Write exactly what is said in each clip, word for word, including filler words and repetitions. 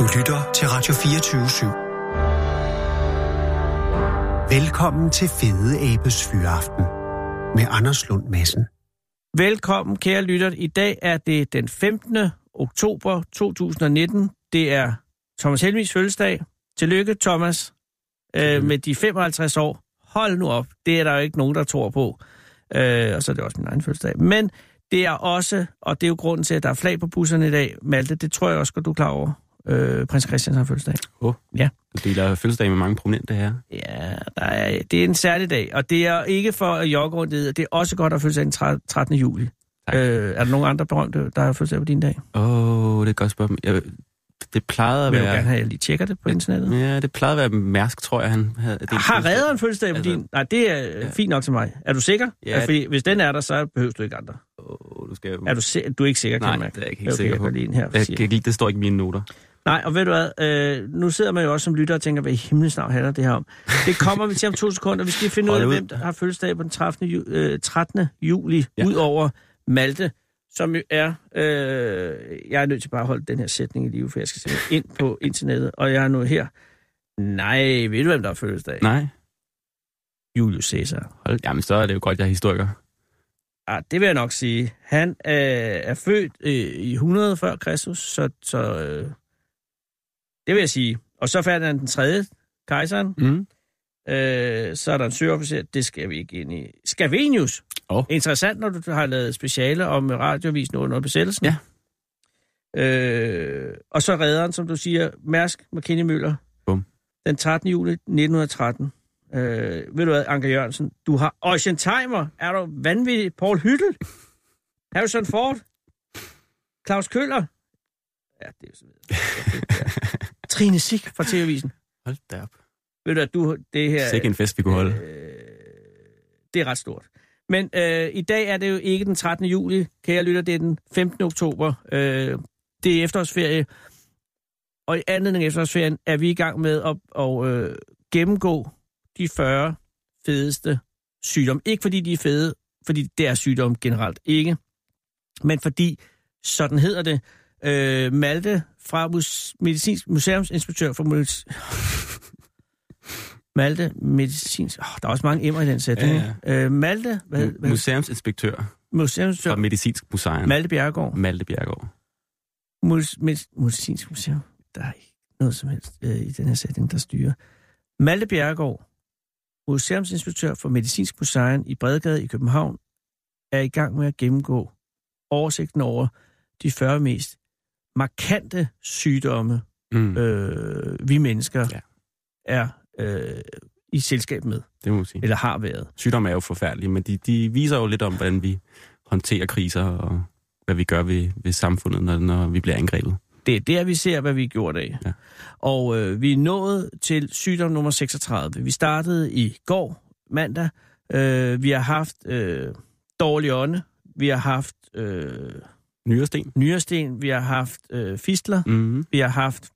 Du lytter til Radio fireogtyve syv. Velkommen til Fede Abes Fyraften med Anders Lund Madsen. Velkommen, kære lytter. I dag er det den femtende oktober to tusind og nitten. Det er Thomas Helmigs fødselsdag. Tillykke, Thomas, øh, med de femoghalvtreds år. Hold nu op. Det er der jo ikke nogen, der tror på. Øh, og så er det også min egen fødselsdag. Men det er også, og det er jo grunden til, at der er flag på busserne i dag, Malte, det tror jeg også, at du er klar over. Øh, Prins Christian har fødselsdag. Åh, oh, ja. Du deler fødselsdag med mange prominente her. Ja, der er, det er en særlig dag, og det er ikke for at jogge rundt det. Det er også godt at fødselsdag den trettende juli. Øh, er der nogen andre berømte, der har fødselsdag på din dag? Åh, oh, det er et godt spørgsmål. Jeg, det plejede at være... være... Jeg vil gerne have, at jeg lige tjekker det på internettet. Ja, det plejede at være Mærsk, tror jeg, han havde... Har Redderen fødselsdag på altså, din? Nej, det er ja. fint nok til mig. Er du sikker? Ja. Fordi hvis den er der, så behøver du ikke andre. Åh, oh, du skal... Er du, se... du er ikke sikker, kan Nej, jeg mærke? det er jeg ikke helt okay, sikker på. Jeg lige her, jeg kan ikke lide, det står ikke i mine noter. Nej, og ved du hvad, øh, nu sidder man jo også som lytter og tænker, hvad i himlens navn handler det her om? Det kommer vi til om to sekunder. Vi skal finde ud af, hvem der har fødselsdag på den trettende juli, ja. Ud over Malte, som jo er... Øh, jeg er nødt til bare at holde den her sætning i live, for jeg skal simpelthen ind på internettet, og jeg er nu her. Nej, ved du, hvem der har fødselsdag? Nej. Julius Caesar. Hold, jamen, så er det jo godt, jeg er historiker. Ah, det vil jeg nok sige. Han øh, er født øh, i hundrede før Kristus, så... så øh, det vil jeg sige. Og så fandt han den tredje, kejseren. Mm. Øh, så er der en søofficer. Det skal vi ikke ind i. Scavenius. Oh. Interessant, når du har lavet speciale om radiovisen under besættelsen. Ja. Øh, og så redderen, som du siger, Mærsk McKinney Møller. Bum. Den trettende juli nitten tretten. Øh, ved du hvad, Anker Jørgensen? Du har Ocean Timer. Er du vanvittig? Paul Hyttel? Harrison Ford? Claus Køller? Ja, det er jo sådan noget. Trine Sik fra T V-avisen. Hold da op. Ved du, at du det her... Sikke en fest, vi kunne holde. Øh, det er ret stort. Men øh, i dag er det jo ikke den trettende juli, kære lytter, det er den femtende oktober. Øh, det er efterårsferie. Og i anledning af efterårsferien er vi i gang med at, at øh, gennemgå de fyrre fedeste sygdomme. Ikke fordi de er fede, fordi det er sygdomme generelt ikke, men fordi, sådan hedder det, Øh, Malte fra mus- medicinsk museumsinspektør for mus- Malte medicinsk... Oh, der er også mange emmer i den sætning. Ja, ja. Øh, Malte... Hvad, hvad? Museumsinspektør. Museumsinspektør. Fra Medicinsk Museum. Malte Bjerregaard. Malte Bjerregaard. Mus- med- medicinsk museum. Der er ikke noget som helst øh, i den her sætning, der styrer. Malte Bjerregaard, museumsinspektør for Medicinsk Museum i Bredgade i København, er i gang med at gennemgå oversigten over de fyrre mest markante sygdomme, mm. øh, vi mennesker ja. er øh, i selskab med. Det må man sige. Eller har været. Sygdomme er jo forfærdelige, men de, de viser jo lidt om, hvordan vi håndterer kriser, og hvad vi gør ved, ved samfundet, når, når vi bliver angrebet. Det er der, vi ser, hvad vi gjort af. Ja. Og øh, vi er nået til sygdom nummer seksogtredive. Vi startede i går, mandag. Øh, vi har haft øh, dårlig ånde. Vi har haft... Øh, Nyresten. Nyresten, vi har haft øh, fistler, mm-hmm. vi har haft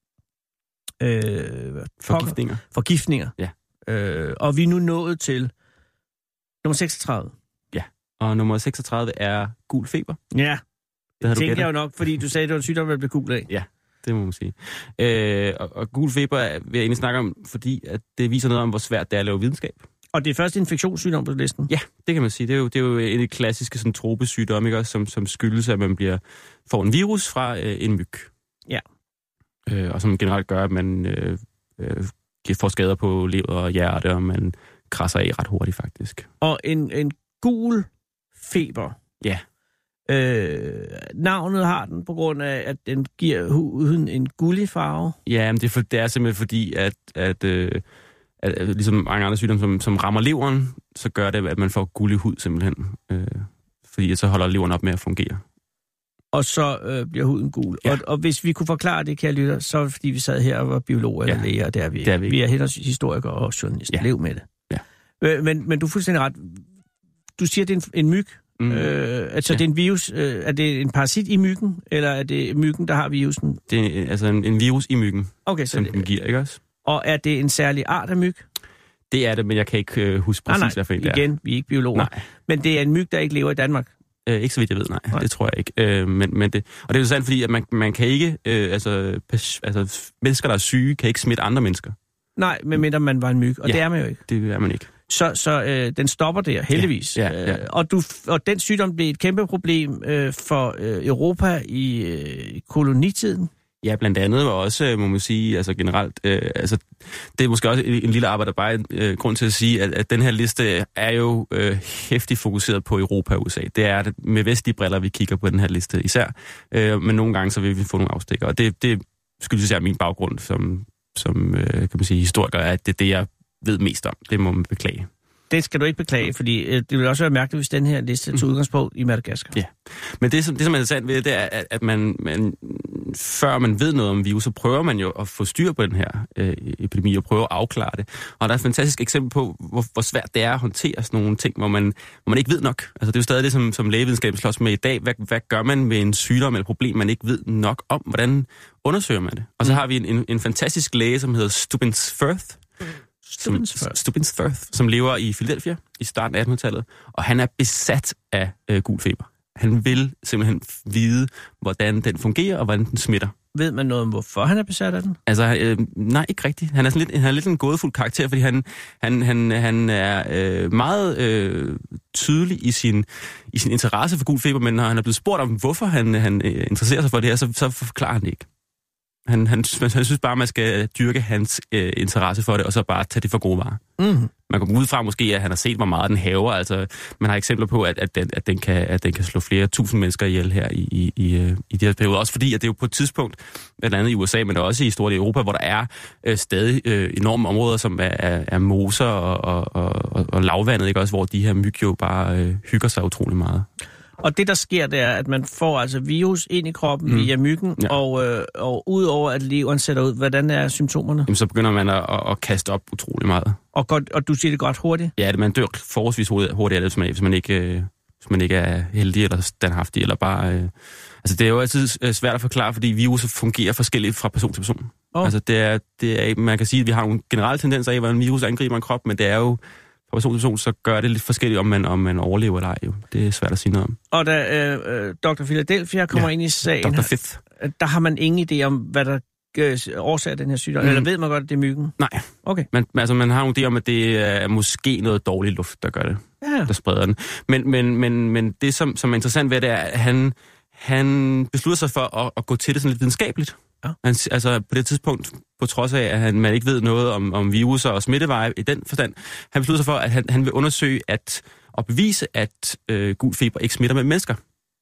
øh, forgiftninger. Forgiftninger. Ja. Øh, og vi er nu nået til nummer seksogtredive. Ja, og nummer seksogtredive er gul feber. Ja, det, det tænker jeg jo nok, fordi du sagde, at det var en sygdom, der blev gul af. Ja, det må man sige. Øh, og, og gul feber vil jeg egentlig snakke om, fordi at det viser noget om, hvor svært det er at lave videnskab. Og det er første infektionssygdom på listen? Ja, det kan man sige. Det er jo, det er jo en af de klassiske sådan, tropesygdomme, ikke? Som, som skyldes, at man bliver, får en virus fra øh, en myg. Ja. Øh, og som generelt gør, at man øh, øh, får skader på lever og hjerte, og man krasser af ret hurtigt, faktisk. Og en, en gul feber. Ja. Øh, navnet har den på grund af, at den giver huden en gullig farve. Ja, men det er, for, det er simpelthen fordi, at... at øh, At, at, ligesom mange andre sygdomme, som, som rammer leveren, så gør det, at man får gullig hud simpelthen. Øh, fordi så holder leveren op med at fungere. Og så øh, bliver huden gul. Ja. Og, og hvis vi kunne forklare det, kære lytter, så er det fordi, vi sad her og var biologer eller ja. læger, og det er vi ikke. Er vi, vi er helt historikere og journalister. Ja. Lev med det. Ja. Øh, men, men du er fuldstændig ret. Du siger, det er en, en myg. Mm. Øh, altså, ja. det er en virus. Øh, er det en parasit i myggen, eller er det myggen, der har virusen? Det er altså en, en virus i myggen, okay, så som det, den giver, ikke også? Og er det en særlig art af myg? Det er det, men jeg kan ikke øh, huske præcis, nej, nej. hvad for en det er. Igen, vi er ikke biologer. Nej. Men det er en myg, der ikke lever i Danmark? Øh, ikke så vidt jeg ved, nej. nej. Det tror jeg ikke. Øh, men, men det, og det er jo sandt, fordi at man, man kan ikke... Øh, altså, pas, altså, mennesker, der er syge, kan ikke smitte andre mennesker. Nej, medmindre man var en myg, og ja, det er man jo ikke. Det er man ikke. Så, så øh, den stopper der, heldigvis. Ja, ja, ja. Øh, og, du, og den sygdom blev et kæmpe problem øh, for øh, Europa i øh, kolonitiden. Ja, blandt andet var også, må man sige, altså generelt, øh, altså det er måske også en, en lille arbejde, bare en øh, grund til at sige, at, at den her liste er jo øh, hæftigt fokuseret på Europa og U S A. Det er det med vestlige briller, vi kigger på den her liste især, øh, men nogle gange så vil vi få nogle afstikker, og det, det skyldes især min baggrund som, som øh, kan man sige, historiker, at det er det, jeg ved mest om. Det må man beklage. Det skal du ikke beklage, fordi øh, det vil også være mærkeligt, hvis den her liste tager udgangspunkt i Madagaskar. Ja, men det, som, det, som er interessant ved det, er, at, at man, man, før man ved noget om virus, så prøver man jo at få styr på den her øh, epidemi og prøve at afklare det. Og der er et fantastisk eksempel på, hvor, hvor svært det er at håndtere sådan nogle ting, hvor man, hvor man ikke ved nok. Altså det er jo stadig det, som, som lægevidenskaben slås med i dag. Hvad, hvad gør man med en sygdom eller problem, man ikke ved nok om? Hvordan undersøger man det? Og så har vi en, en, en fantastisk læge, som hedder Stubbins Firth, Stubbins Firth, som lever i Philadelphia i starten af attenhundredetallet, og han er besat af øh, gul feber. Han vil simpelthen vide, hvordan den fungerer, og hvordan den smitter. Ved man noget om, hvorfor han er besat af den? Altså, øh, nej, ikke rigtigt. Han er, sådan lidt, han er lidt en gådefuld karakter, fordi han, han, han, han er øh, meget øh, tydelig i sin, i sin interesse for gul feber, men når han er blevet spurgt om, hvorfor han, han øh, interesserer sig for det her, så, så forklarer han det ikke. Han, han, han synes bare, at man skal dyrke hans øh, interesse for det, og så bare tage det for gode varer. Mm. Man kan gå ud fra måske, at han har set, hvor meget den haver. Altså, man har eksempler på, at, at, den, at, den, kan, at den kan slå flere tusind mennesker ihjel her i, i, i, i de her perioder. Også fordi, at det er jo på et tidspunkt, blandt andet i U S A, men også i store Europa, hvor der er øh, stadig øh, enorme områder, som er, er, er moser og, og, og, og lavvandet, ikke? Også hvor de her myg jo bare øh, hygger sig utrolig meget. Og det, der sker, det er, at man får altså virus ind i kroppen mm. via myggen, ja. og, øh, og udover at leveren sætter ud, hvordan er symptomerne? Jamen, så begynder man at, at kaste op utrolig meget. Og, godt, og du siger det godt hurtigt? Ja, man dør forholdsvis hurtigt, hvis man, hvis man, ikke, hvis man ikke er heldig eller standhaftig, eller bare... Øh, altså, det er jo altid svært at forklare, fordi viruset fungerer forskelligt fra person til person. Oh. Altså, det er, det er, man kan sige, at vi har nogle generelle tendenser af, hvordan virus angriber en krop, men det er jo... Fra person til person, så gør det lidt forskelligt, om man, om man overlever eller ej. Jo. Det er svært at sige noget om. Og da øh, doktor Philadelphia kommer ja, ind i sagen, doktor Fifth. Der har man ingen idé om, hvad der øh, årsager den her sygdom. Mm. Eller ved man godt, at det er myggen? Nej. Okay. Man, altså, man har jo en idé om, at det er måske noget dårlig luft, der gør det. Ja. Der spreder den. Men, men, men, men det, som, som er interessant ved det, er, at han, han beslutter sig for at, at gå til det sådan lidt videnskabeligt. Ja. Han, altså på det tidspunkt, på trods af, at han, man ikke ved noget om, om viruser og smitteveje i den forstand, han beslutter sig for, at han, han vil undersøge at, og bevise, at øh, gul feber ikke smitter med mennesker.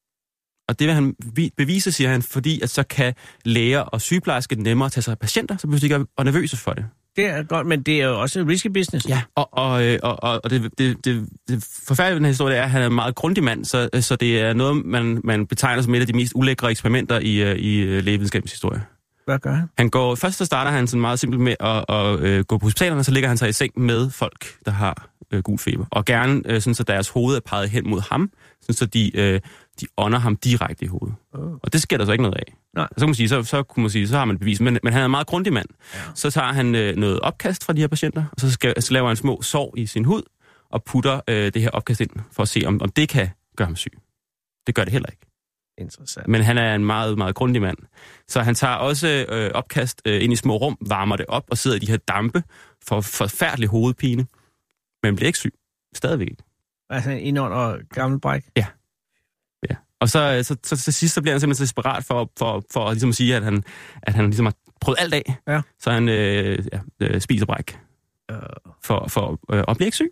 Og det vil han bevise, siger han, fordi at så kan læger og sygeplejersker nemmere tage sig af patienter, så behøver de ikke er nervøse for det. Det er godt, men det er jo også risky business. Ja, og, og, og, og det, det, det, det forfærdelige ved den her historie er, at han er en meget grundig mand, så, så det er noget, man, man betegner som et af de mest ulækre eksperimenter i, i lægevidenskabens historie. Hvad gør han? Han går, først så starter han sådan meget simpelt med at, at, at gå på hospitalerne, og så ligger han sig i seng med folk, der har øh, gul feber. Og gerne øh, sådan, så deres hoved er peget hen mod ham, sådan, så de, øh, de ånder ham direkte i hovedet. Oh. Og det sker der så ikke noget af. Nej. Så, kan man sige, så, så kunne man sige, så har man bevis. Men, men han er en meget grundig mand. Ja. Så tager han øh, noget opkast fra de her patienter, og så, skal, så laver han små sår i sin hud, og putter øh, det her opkast ind, for at se, om, om det kan gøre ham syg. Det gør det heller ikke. Interessant. Men han er en meget, meget grundig mand. Så han tager også øh, opkast øh, ind i små rum, varmer det op og sidder i de her dampe for forfærdelig hovedpine. Men bliver ikke syg. Stadigvæk ikke. Altså en under gammel bræk? Ja. ja. Og så, så, så, så til sidst så bliver han simpelthen desperat for, for, for at, ligesom at sige, at han, at han ligesom har prøvet alt af. Ja. Så han øh, ja, øh, spiser bræk. Uh. For, for øh, at blive ikke syg.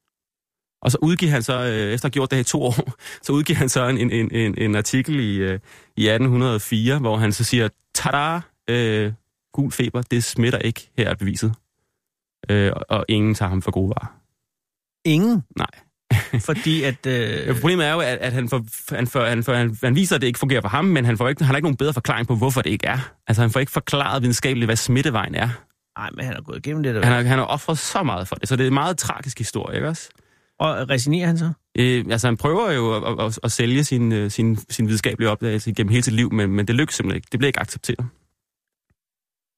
Og så udgiver han så, øh, efter at have gjort det i to år, så udgiver han så en, en, en, en artikel i, øh, i atten hundrede og fire, hvor han så siger, tada, øh, gul feber, det smitter ikke, her er beviset. Øh, og, og ingen tager ham for gode varer. Ingen? Nej. Fordi at... Øh... Ja, problemet er jo, at, at han, for, han, for, han, for, han, han viser, at det ikke fungerer for ham, men han, får ikke, han har ikke nogen bedre forklaring på, hvorfor det ikke er. Altså han får ikke forklaret videnskabeligt, hvad smittevejen er. Nej, men han har gået igennem det der. Han har, han har offret så meget for det, så det er en meget tragisk historie, ikke også? Og resignerer han så? Øh, altså, han prøver jo at, at, at sælge sin, sin, sin videnskabelige opdagelse gennem hele sit liv, men, men det lykkes simpelthen ikke. Det bliver ikke accepteret.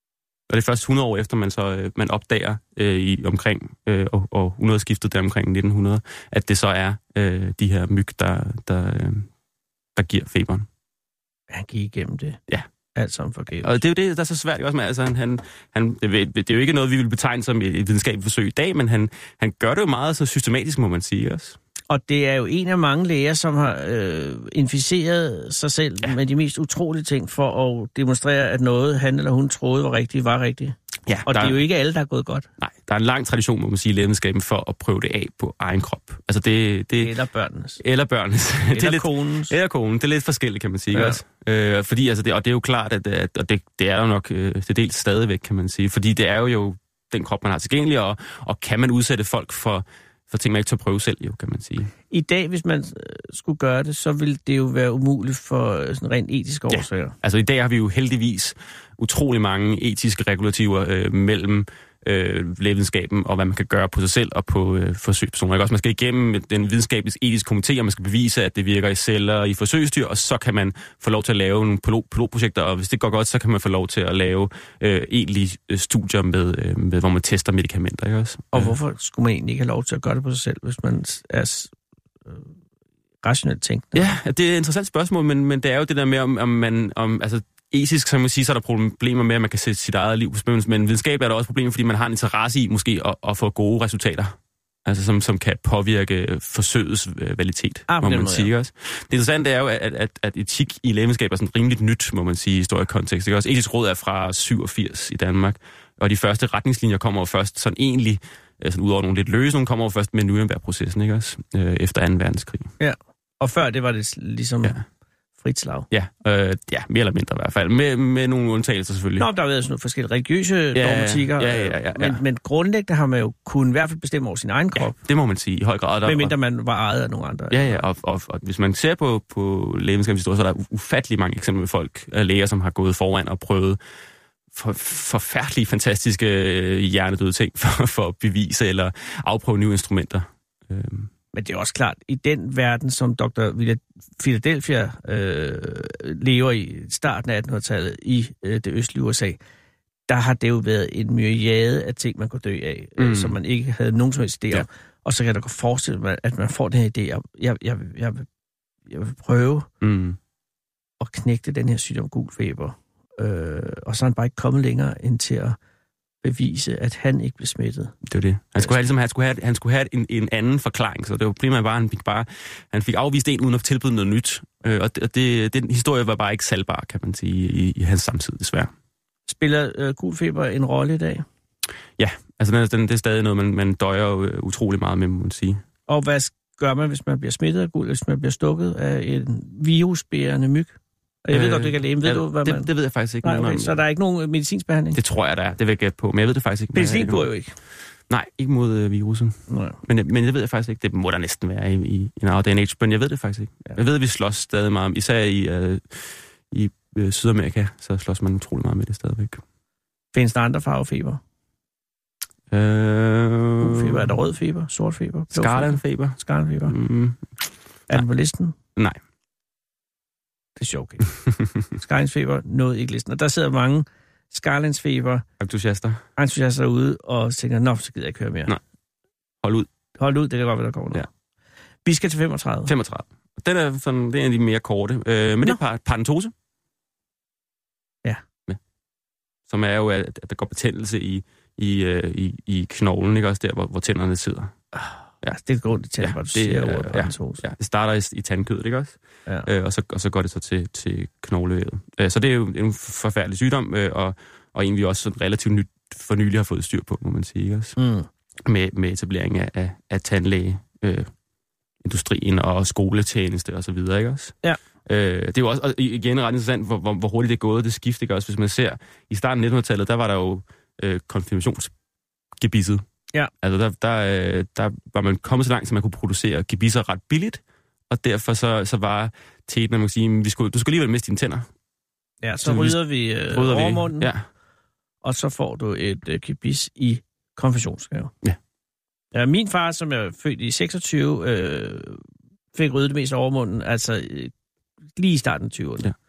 Og det er først hundrede år efter, man så øh, man opdager øh, i omkring øh, og, og hundredeskiftet der omkring nitten hundrede, at det så er øh, de her myg, der, der, øh, der giver feberen. Han gik igennem det. Ja. Alt sammen forgæves. Og det er jo det, der er så svært også med, altså han, han, han det, det er jo ikke noget, vi vil betegne som et videnskabeligt forsøg i dag, men han, han gør det jo meget så systematisk, må man sige også. Og det er jo en af mange læger, som har øh, inficeret sig selv ja. med de mest utrolige ting for at demonstrere, at noget han eller hun troede var rigtigt, var rigtigt. Ja, og det er er, jo ikke alle, der er gået godt. Nej, der er en lang tradition, må man sige, i lægevidenskaben for at prøve det af på egen krop. Altså det, det, eller børnenes. Eller børnenes. Eller det er lidt, konens. Eller konen. Det er lidt forskelligt, kan man sige. Ja. Også. Øh, fordi, altså det, og det er jo klart, at, at og det, det er jo nok øh, det dels stadigvæk, kan man sige. Fordi det er jo, jo den krop, man har tilgængelig, og, og kan man udsætte folk for, for ting, man ikke tør prøve selv, jo, kan man sige. I dag, hvis man skulle gøre det, så ville det jo være umuligt for sådan rent etiske årsager. Ja. Altså i dag har vi jo heldigvis utrolig mange etiske regulativer øh, mellem øh, lægevidenskaben og hvad man kan gøre på sig selv og på øh, forsøgspersoner. Ikke? Også man skal igennem den videnskabelige etiske komité, og man skal bevise, at det virker i celler og i forsøgsdyr, og så kan man få lov til at lave nogle pilot- pilotprojekter, og hvis det går godt, så kan man få lov til at lave øh, egentlige studier, med, øh, med, hvor man tester medicamenter. Ikke også? Og hvorfor skulle man egentlig ikke have lov til at gøre det på sig selv, hvis man er øh, rationelt tænkende? Ja, det er et interessant spørgsmål, men, men det er jo det der med, om, om man... Om, altså, etisk, så kan man sige, så er der problemer med, at man kan sætte sit eget liv på spil, men videnskab er der også problemer, fordi man har en interesse i måske at, at få gode resultater, altså som, som kan påvirke forsøgets kvalitet, ah, må man måde, sige. Ja. Også. Det interessante er jo, at, at, at etik i lægevidenskab er sådan rimeligt nyt, må man sige, i historisk kontekst. Ikke? Også etisk råd er fra syvogfirs i Danmark, og de første retningslinjer kommer jo først sådan egentlig, sådan ud over nogle lidt løse, nogle kommer jo først med Nürnberg-processen, ikke også? Øh, efter anden verdenskrig. Ja, og før det var det ligesom... Ja. Frit slag. Ja, øh, ja, mere eller mindre i hvert fald. Med, med nogle undtagelser selvfølgelig. Nå, der har været sådan nogle forskellige religiøse ja, dogmatikker. Ja, ja, ja, ja. Men, men grundlæggende har man jo kunnet i hvert fald bestemme over sin egen krop. Ja, det må man sige i høj grad. Med mindre man var ejet af nogle andre. Ja, ja, og, og, og hvis man ser på, på lægevidenskabshistorie, så er der ufattelig mange eksempler med folk, læger, som har gået foran og prøvet for, forfærdelige, fantastiske hjernedøde ting for, for at bevise eller afprøve nye instrumenter. Øhm. Men det er også klart, i den verden, som doktor Philadelphia øh, lever i starten af attenhundredetallet i øh, det østlige U S A, der har det jo været en myriade af ting, man kunne dø af, mm. øh, som man ikke havde nogen som helst idé om. Ja. Og så kan der gå forestille mig, at man får den her idé om, jeg, jeg, jeg, vil, jeg vil prøve mm. at knægte den her sygdom gul feber. Øh, og så er han bare ikke kommet længere end til at bevise, at han ikke blev smittet. Det var det. Han skulle have, ligesom, han skulle have, han skulle have en, en anden forklaring, så det var primært bare, han fik bare, han fik afvist en uden at tilbyde noget nyt. Øh, og det, det, den historie var bare ikke salgbar, kan man sige, i, i hans samtid, desværre. Spiller øh, gul feber en rolle i dag? Ja, altså den, den, det er stadig noget, man, man døjer jo utrolig meget med, må man sige. Og hvad gør man, hvis man bliver smittet af guld, hvis man bliver stukket af en virusbærende myg? Jeg ved øh, godt, du ikke er læge. Ved ja, du, hvad det, man... det ved jeg faktisk ikke. Nej, okay, så der er ikke nogen medicinsk behandling? Det tror jeg, der er. Det vil jeg gætte på, men jeg ved det faktisk ikke. Penicillin går jo ikke. Nej, ikke mod øh, virusen. Nej. Men, men jeg ved det faktisk ikke. Det må der næsten være i, i, i en day and age, men jeg ved det faktisk ikke. Ja. Jeg ved, at vi slås stadig meget om, især i, øh, i øh, Sydamerika, så slås man utrolig meget med det stadigvæk. Findes der andre farvefeber? Øh... Feber. Er der rød feber? Sort feber? Skarlandfeber. Skarlandfeber. Mm. Er den på listen? Nej. Det er sjovt, okay. Skarlandsfeber nåede ikke listen. Og der sidder mange skarlandsfeber entusiaster entusiaster derude og tænker, nå, så gider jeg ikke høre mere. Nej. Hold ud. Hold ud, det kan godt være, der kommer noget. Ja. Vi skal til femogtredive. femogtredive. Den er, sådan, det er en af de mere korte. Øh, men nå. Det er paradentose. Ja. ja. Som er jo, at, at der går betændelse i, i, i, i knoglen, ikke også der, hvor, hvor tænderne sidder. Ja, det er godt, det tænder, ja, du siger ordet paradentose. Ja, det starter i, i tandkødet, ikke også? Ja. Øh, og, så, og så går det så til, til knoglevævet. Øh, så det er jo en forfærdelig sygdom, øh, og, og en, vi også sådan relativt nyt, for nylig har fået styr på, må man sige, ikke også? Mm. Med, med etablering af, af, af tandlæge, øh, industrien og skoletjeneste og så videre, ikke også? Ja. Øh, det er jo også og igen ret interessant, hvor, hvor, hvor hurtigt det er gået, det skift, ikke også? Hvis man ser, i starten af nittenhundredetallet, der var der jo øh, konfirmationsgebisset. Ja. Altså, der, der, der var man kommet så langt, så man kunne producere gebisser ret billigt, og derfor så, så var teten, at man kan sige, vi skulle, du skal alligevel miste dine tænder. Ja, så, så rydder vi øh, overmunden, ja. Og så får du et øh, gebis i konfirmationsgave. Ja. Ja. Min far, som er født i seksogtyve, øh, fik ryddet det mest overmunden, altså øh, lige i starten af tyverne.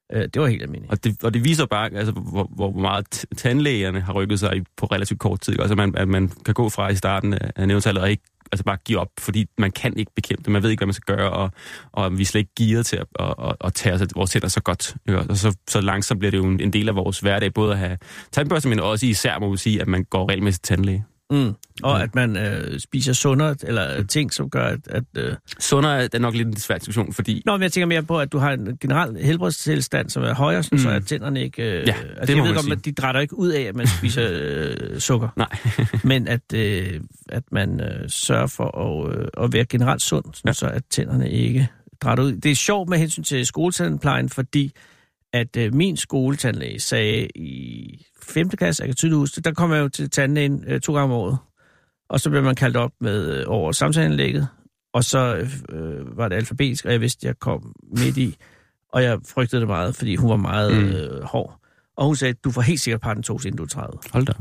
Øh, det var helt almindeligt. Og det, og det viser bare, altså, hvor, hvor meget tandlægerne har rykket sig på relativt kort tid. Altså, man, at man kan gå fra i starten af nævntallet og ikke altså bare give op, fordi man kan ikke bekæmpe det. Man ved ikke, hvad man skal gøre, og, og vi er slet ikke gearet til at, at, at, at tage os, vores tænder så godt. Ikke? Og så, så langsomt bliver det jo en, en del af vores hverdag, både at have tandbørste, men også især må vi sige, at man går regelmæssigt til tandlæge. Mm. Og ja. At man øh, spiser sundere, eller ting, som gør, at... at øh... Sundere er nok lidt en svær diskussion, fordi... Nå, men jeg tænker mere på, at du har en generel helbredstilstand, som er højere, mm. så at tænderne ikke... Øh... Ja, altså, det jeg ved godt, at de drætter ikke ud af, at man spiser øh, sukker. Nej. Men at, øh, at man øh, sørger for at, øh, at være generelt sund, sådan, ja. Så at tænderne ikke drætter ud. Det er sjovt med hensyn til skoletandplejen, fordi at øh, min skoletandlæge sagde i femte klasse, jeg kan tydeligt huske, der kom jeg jo til tandlægen øh, to gange om året. Og så blev man kaldt op med øh, over samtaleanlægget, og så øh, var det alfabetisk, og jeg vidste, at jeg kom midt i, og jeg frygtede det meget, fordi hun var meget mm. øh, hård. Og hun sagde, du får helt sikkert paradentose, inden du er tredive. Hold da.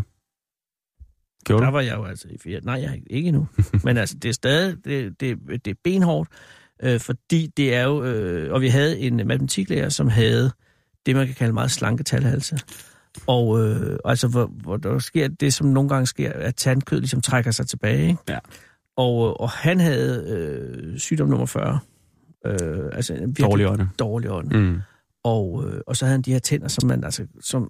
Gjorde Der var jeg jo altså i fire. Nej, jeg har ikke endnu. Men altså, det er stadig, det, det, det er benhårdt, øh, fordi det er jo, øh, og vi havde en matematiklærer, som havde det, man kan kalde meget slanke talhalse. Og øh, altså, hvor, hvor der sker det, som nogle gange sker, at tandkød ligesom trækker sig tilbage. Ikke? Ja. Og, og han havde øh, sygdom nummer fyrre. Øh, altså en dårlig ånde. Dårlig ånde. Mm. Og, øh, og så havde han de her tænder, som man, altså, som,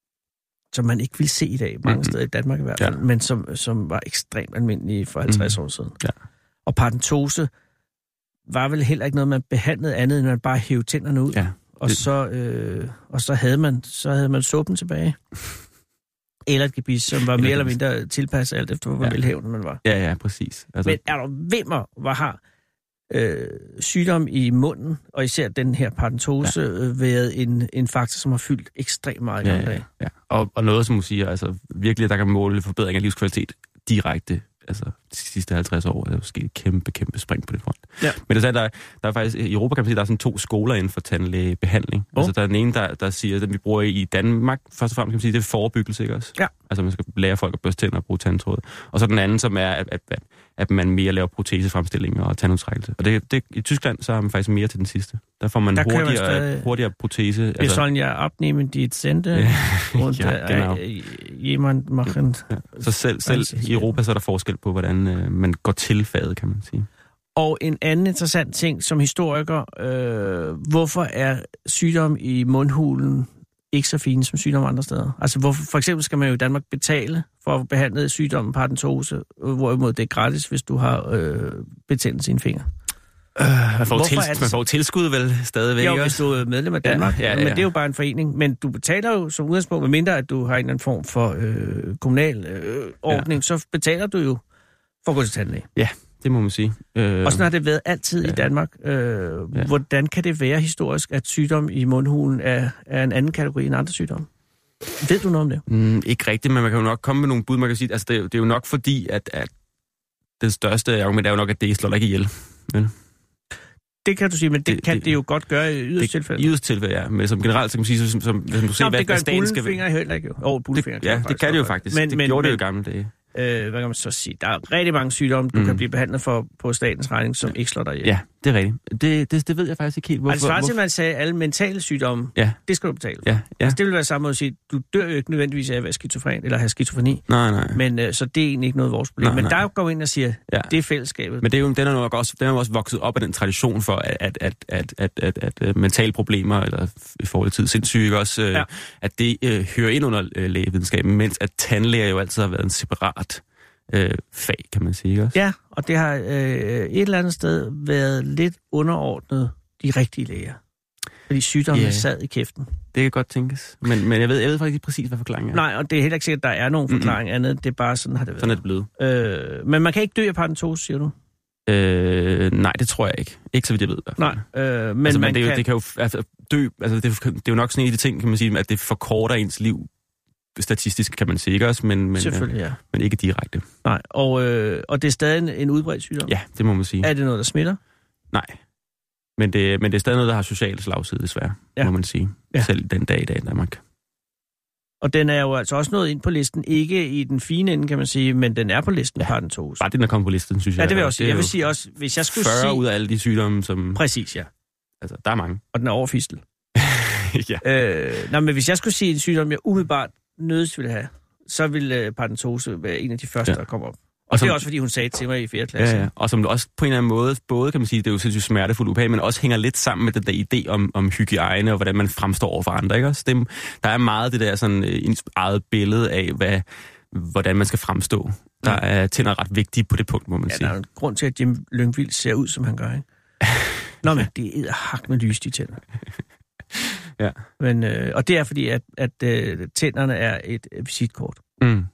som man ikke ville se i dag, mange mm. steder i Danmark i hvert fald, ja. Men som, som var ekstremt almindelige for halvtreds mm. år siden. Ja. Og paradentose var vel heller ikke noget, man behandlede andet, end man bare hævde tænderne ud. Ja. Og så, øh, og så havde man så havde man suppen tilbage. Eller et gebis, som var mere eller mindre tilpasset alt efter, hvor ja. velhævende man var. Ja, ja, præcis. Altså... Men er der vimmer, hvor har øh, sygdom i munden, og især den her paradentose, ja. øh, været en, en faktor, som har fyldt ekstremt meget i ja, gamle dage. Ja, ja. Og, og noget, som du siger, altså virkelig, der kan måle forbedring af livskvalitet direkte. Altså de sidste halvtreds år er der jo sket et kæmpe, kæmpe spring på det front. Ja. Men det er, der, der er faktisk, i Europa kan man sige, der er sådan to skoler inden for tandlægebehandling. Oh. Altså der er den ene, der, der siger, at vi bruger i Danmark, først og fremmest kan man sige, det er forebyggelse, ikke også? Ja. Altså man skal lære folk at børste tænder og bruge tandtråd. Og så den anden, som er, at, at, at man mere laver protesefremstilling og tandudtrækkelse. Og det, det, i Tyskland, så har man faktisk mere til den sidste. Der får man der hurtigere, stadig... hurtigere protese. Wir altså... sollen ja abnehmen die Zähne und ja, genau. jemand machen... Ja. Så selv, selv i Europa, så er der forskel på, hvordan øh, man går til faget, kan man sige. Og en anden interessant ting som historiker, øh, hvorfor er sygdom i mundhulen ikke så fine som sygdom andre steder? Altså hvorfor, for eksempel skal man jo i Danmark betale for at behandle sygdommen paradentose, hvorimod det er gratis, hvis du har øh, betændelse i en finger. Øh, man, får til, man får tilskud vel stadigvæk. Jo, hvis du er medlem af Danmark, ja, ja, ja. Men det er jo bare en forening. Men du betaler jo som udgangspunkt, medmindre at du har en eller anden form for øh, kommunal øh, ordning, ja. Så betaler du jo for at gå til tandlæge. Ja, det må man sige. Øh, og sådan har det været altid ja. I Danmark. Øh, ja. Hvordan kan det være historisk, at sygdom i mundhulen er, er en anden kategori end andre sygdomme? Ved du noget om det? Mm, ikke rigtigt, men man kan jo nok komme med nogle bud. Man kan sige, altså det, det er jo nok fordi, at, at det største argument er jo nok, at det slår dig ikke ihjel. Vel? Det kan du sige, men det, det kan det, det jo godt gøre i yderst tilfælde. I yderst tilfælde, ja. Men som generelt, så kan man sige, som, som, som du ser, Nå, hvad, det gør hvad staten skal... Det gør heller ikke jo. Oh, det, ja, det kan det jo faktisk. Men, det men, gjorde men, det jo i gamle dage. Øh, hvad kan man så sige? Der er rigtig mange sygdomme, du mm. kan blive behandlet for på statens regning, som ja. Ikke slår dig ihjel. Ja, det er rigtigt. Det, det, det ved jeg faktisk ikke helt. Hvorfor, altså svaret til, at man sagde, at alle mentale sygdomme, ja. Det skal du betale for. Ja, ja. Altså, det vil være samme måde at sige, du dør jo ikke nødvendigvis af at være skizofren eller have skizofreni. Nej, nej. Men øh, så det er egentlig ikke noget af vores problem. Nej, men nej. Der går ind og siger, ja. Det er fællesskabet. Men det er jo, den er nok også, den er også vokset op af den tradition for, at, at, at, at, at, at, at, at mentale problemer, eller i forhold til sindssyge også, øh, ja. At det øh, hører ind under øh, lægevidenskaben, mens at tandlæger jo altid har været en separat Øh, fag, kan man sige også. Ja, og det har øh, et eller andet sted været lidt underordnet de rigtige læger. Fordi sygdommen yeah. sad i kæften. Det kan godt tænkes. Men, men jeg, ved, jeg ved faktisk ikke præcis, hvad forklaringen er. Nej, og det er heller ikke sikkert, at der er nogen forklaring mm-hmm. andet. Det er bare sådan, har det været. Sådan er det blevet. Øh, men man kan ikke dø af paradentose, siger du? Øh, nej, det tror jeg ikke. Ikke så vidt jeg ved. Nej, øh, men altså, man det, kan... Jo, det kan jo altså, dø... Altså, det, det er jo nok sådan en af de ting, kan man sige, at det forkorter ens liv. Statistisk kan man sige, ikke også? Men, men, selvfølgelig, ja. Men ikke direkte. Nej, og, øh, og det er stadig en, en udbredt sygdom? Ja, det må man sige. Er det noget, der smitter? Nej, men det, men det er stadig noget, der har social slagside, desværre, ja. Må man sige. Ja. Selv den dag i dag i Danmark. Og den er jo altså også nået ind på listen, ikke i den fine ende, kan man sige, men den er på listen, ja. Paradentose. Bare den er kommet på listen, synes jeg. Ja, det vil jeg også sige. Jeg vil sige også, hvis jeg skulle fyrre sige... ud af alle de sygdomme, som... Præcis, ja. Altså, der er mange. Og den er over fistel. ja. Øh, nå, men hvis jeg skulle sige en sygdom, jeg umiddelbart nødes ville have, så ville øh, paradentose være en af de første, ja. der kommer op. Og, og som, det er også, fordi hun sagde til mig i fjerde klasse. Ja, ja. Og som også på en eller anden måde, både kan man sige, det er jo sindssygt smertefuldt ubehag, men også hænger lidt sammen med den der idé om, om hygiejne, og hvordan man fremstår over for andre, ikke også? Det, der er meget det der sådan øh, eget billede af, hvad, hvordan man skal fremstå. Der er tænder ret vigtige på det punkt, må man ja, sige. Der er en grund til, at Jim Lyngvild ser ud, som han gør, ikke? Nå, men det er hak med lys, de tænder. Ja. Men, øh, og det er fordi, at, at øh, tænderne er et øh, visitkort. Mm.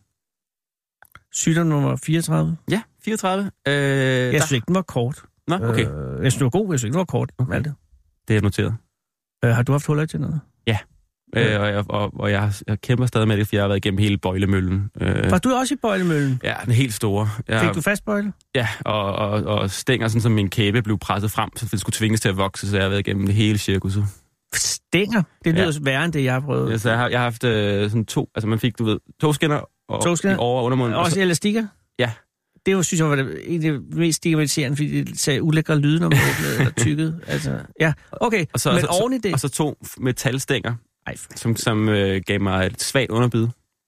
Sygdom nummer fireogtredive. Ja, fireogtredive. Øh, jeg der... synes ikke, den var kort. Nå, okay. Øh, jeg synes, den var god, jeg synes ikke, den var kort. Okay. Malte. Det er noteret. Øh, har du haft huller i tænderne? Ja. Øh, og, jeg, og, og jeg, jeg kæmper stadig med det, for jeg har været igennem hele bøjlemøllen. Øh, var du også i bøjlemøllen? Ja, den helt store. Jeg, Fik du fast bøjle? Ja, og, og, og stænger, sådan som min kæbe blev presset frem, så det skulle tvinges til at vokse, så jeg har været igennem det hele cirkuset. Stænger? Det lyder ja. værre end det, jeg har prøvet. Ja, så jeg har, jeg har haft øh, sådan to, altså man fik, du ved, togskinner og togskinner? over- og undermunden. Også og så, elastikker? Ja. Det var, synes jeg, var det, en af de mest stigmatiserende, fordi det sagde ulækre lyde, når man åbnede eller tykkede. Altså, ja, okay. Og så, men så, oven i det... Og så to metalstænger, Ej, som, som øh, gav mig et svagt underbid,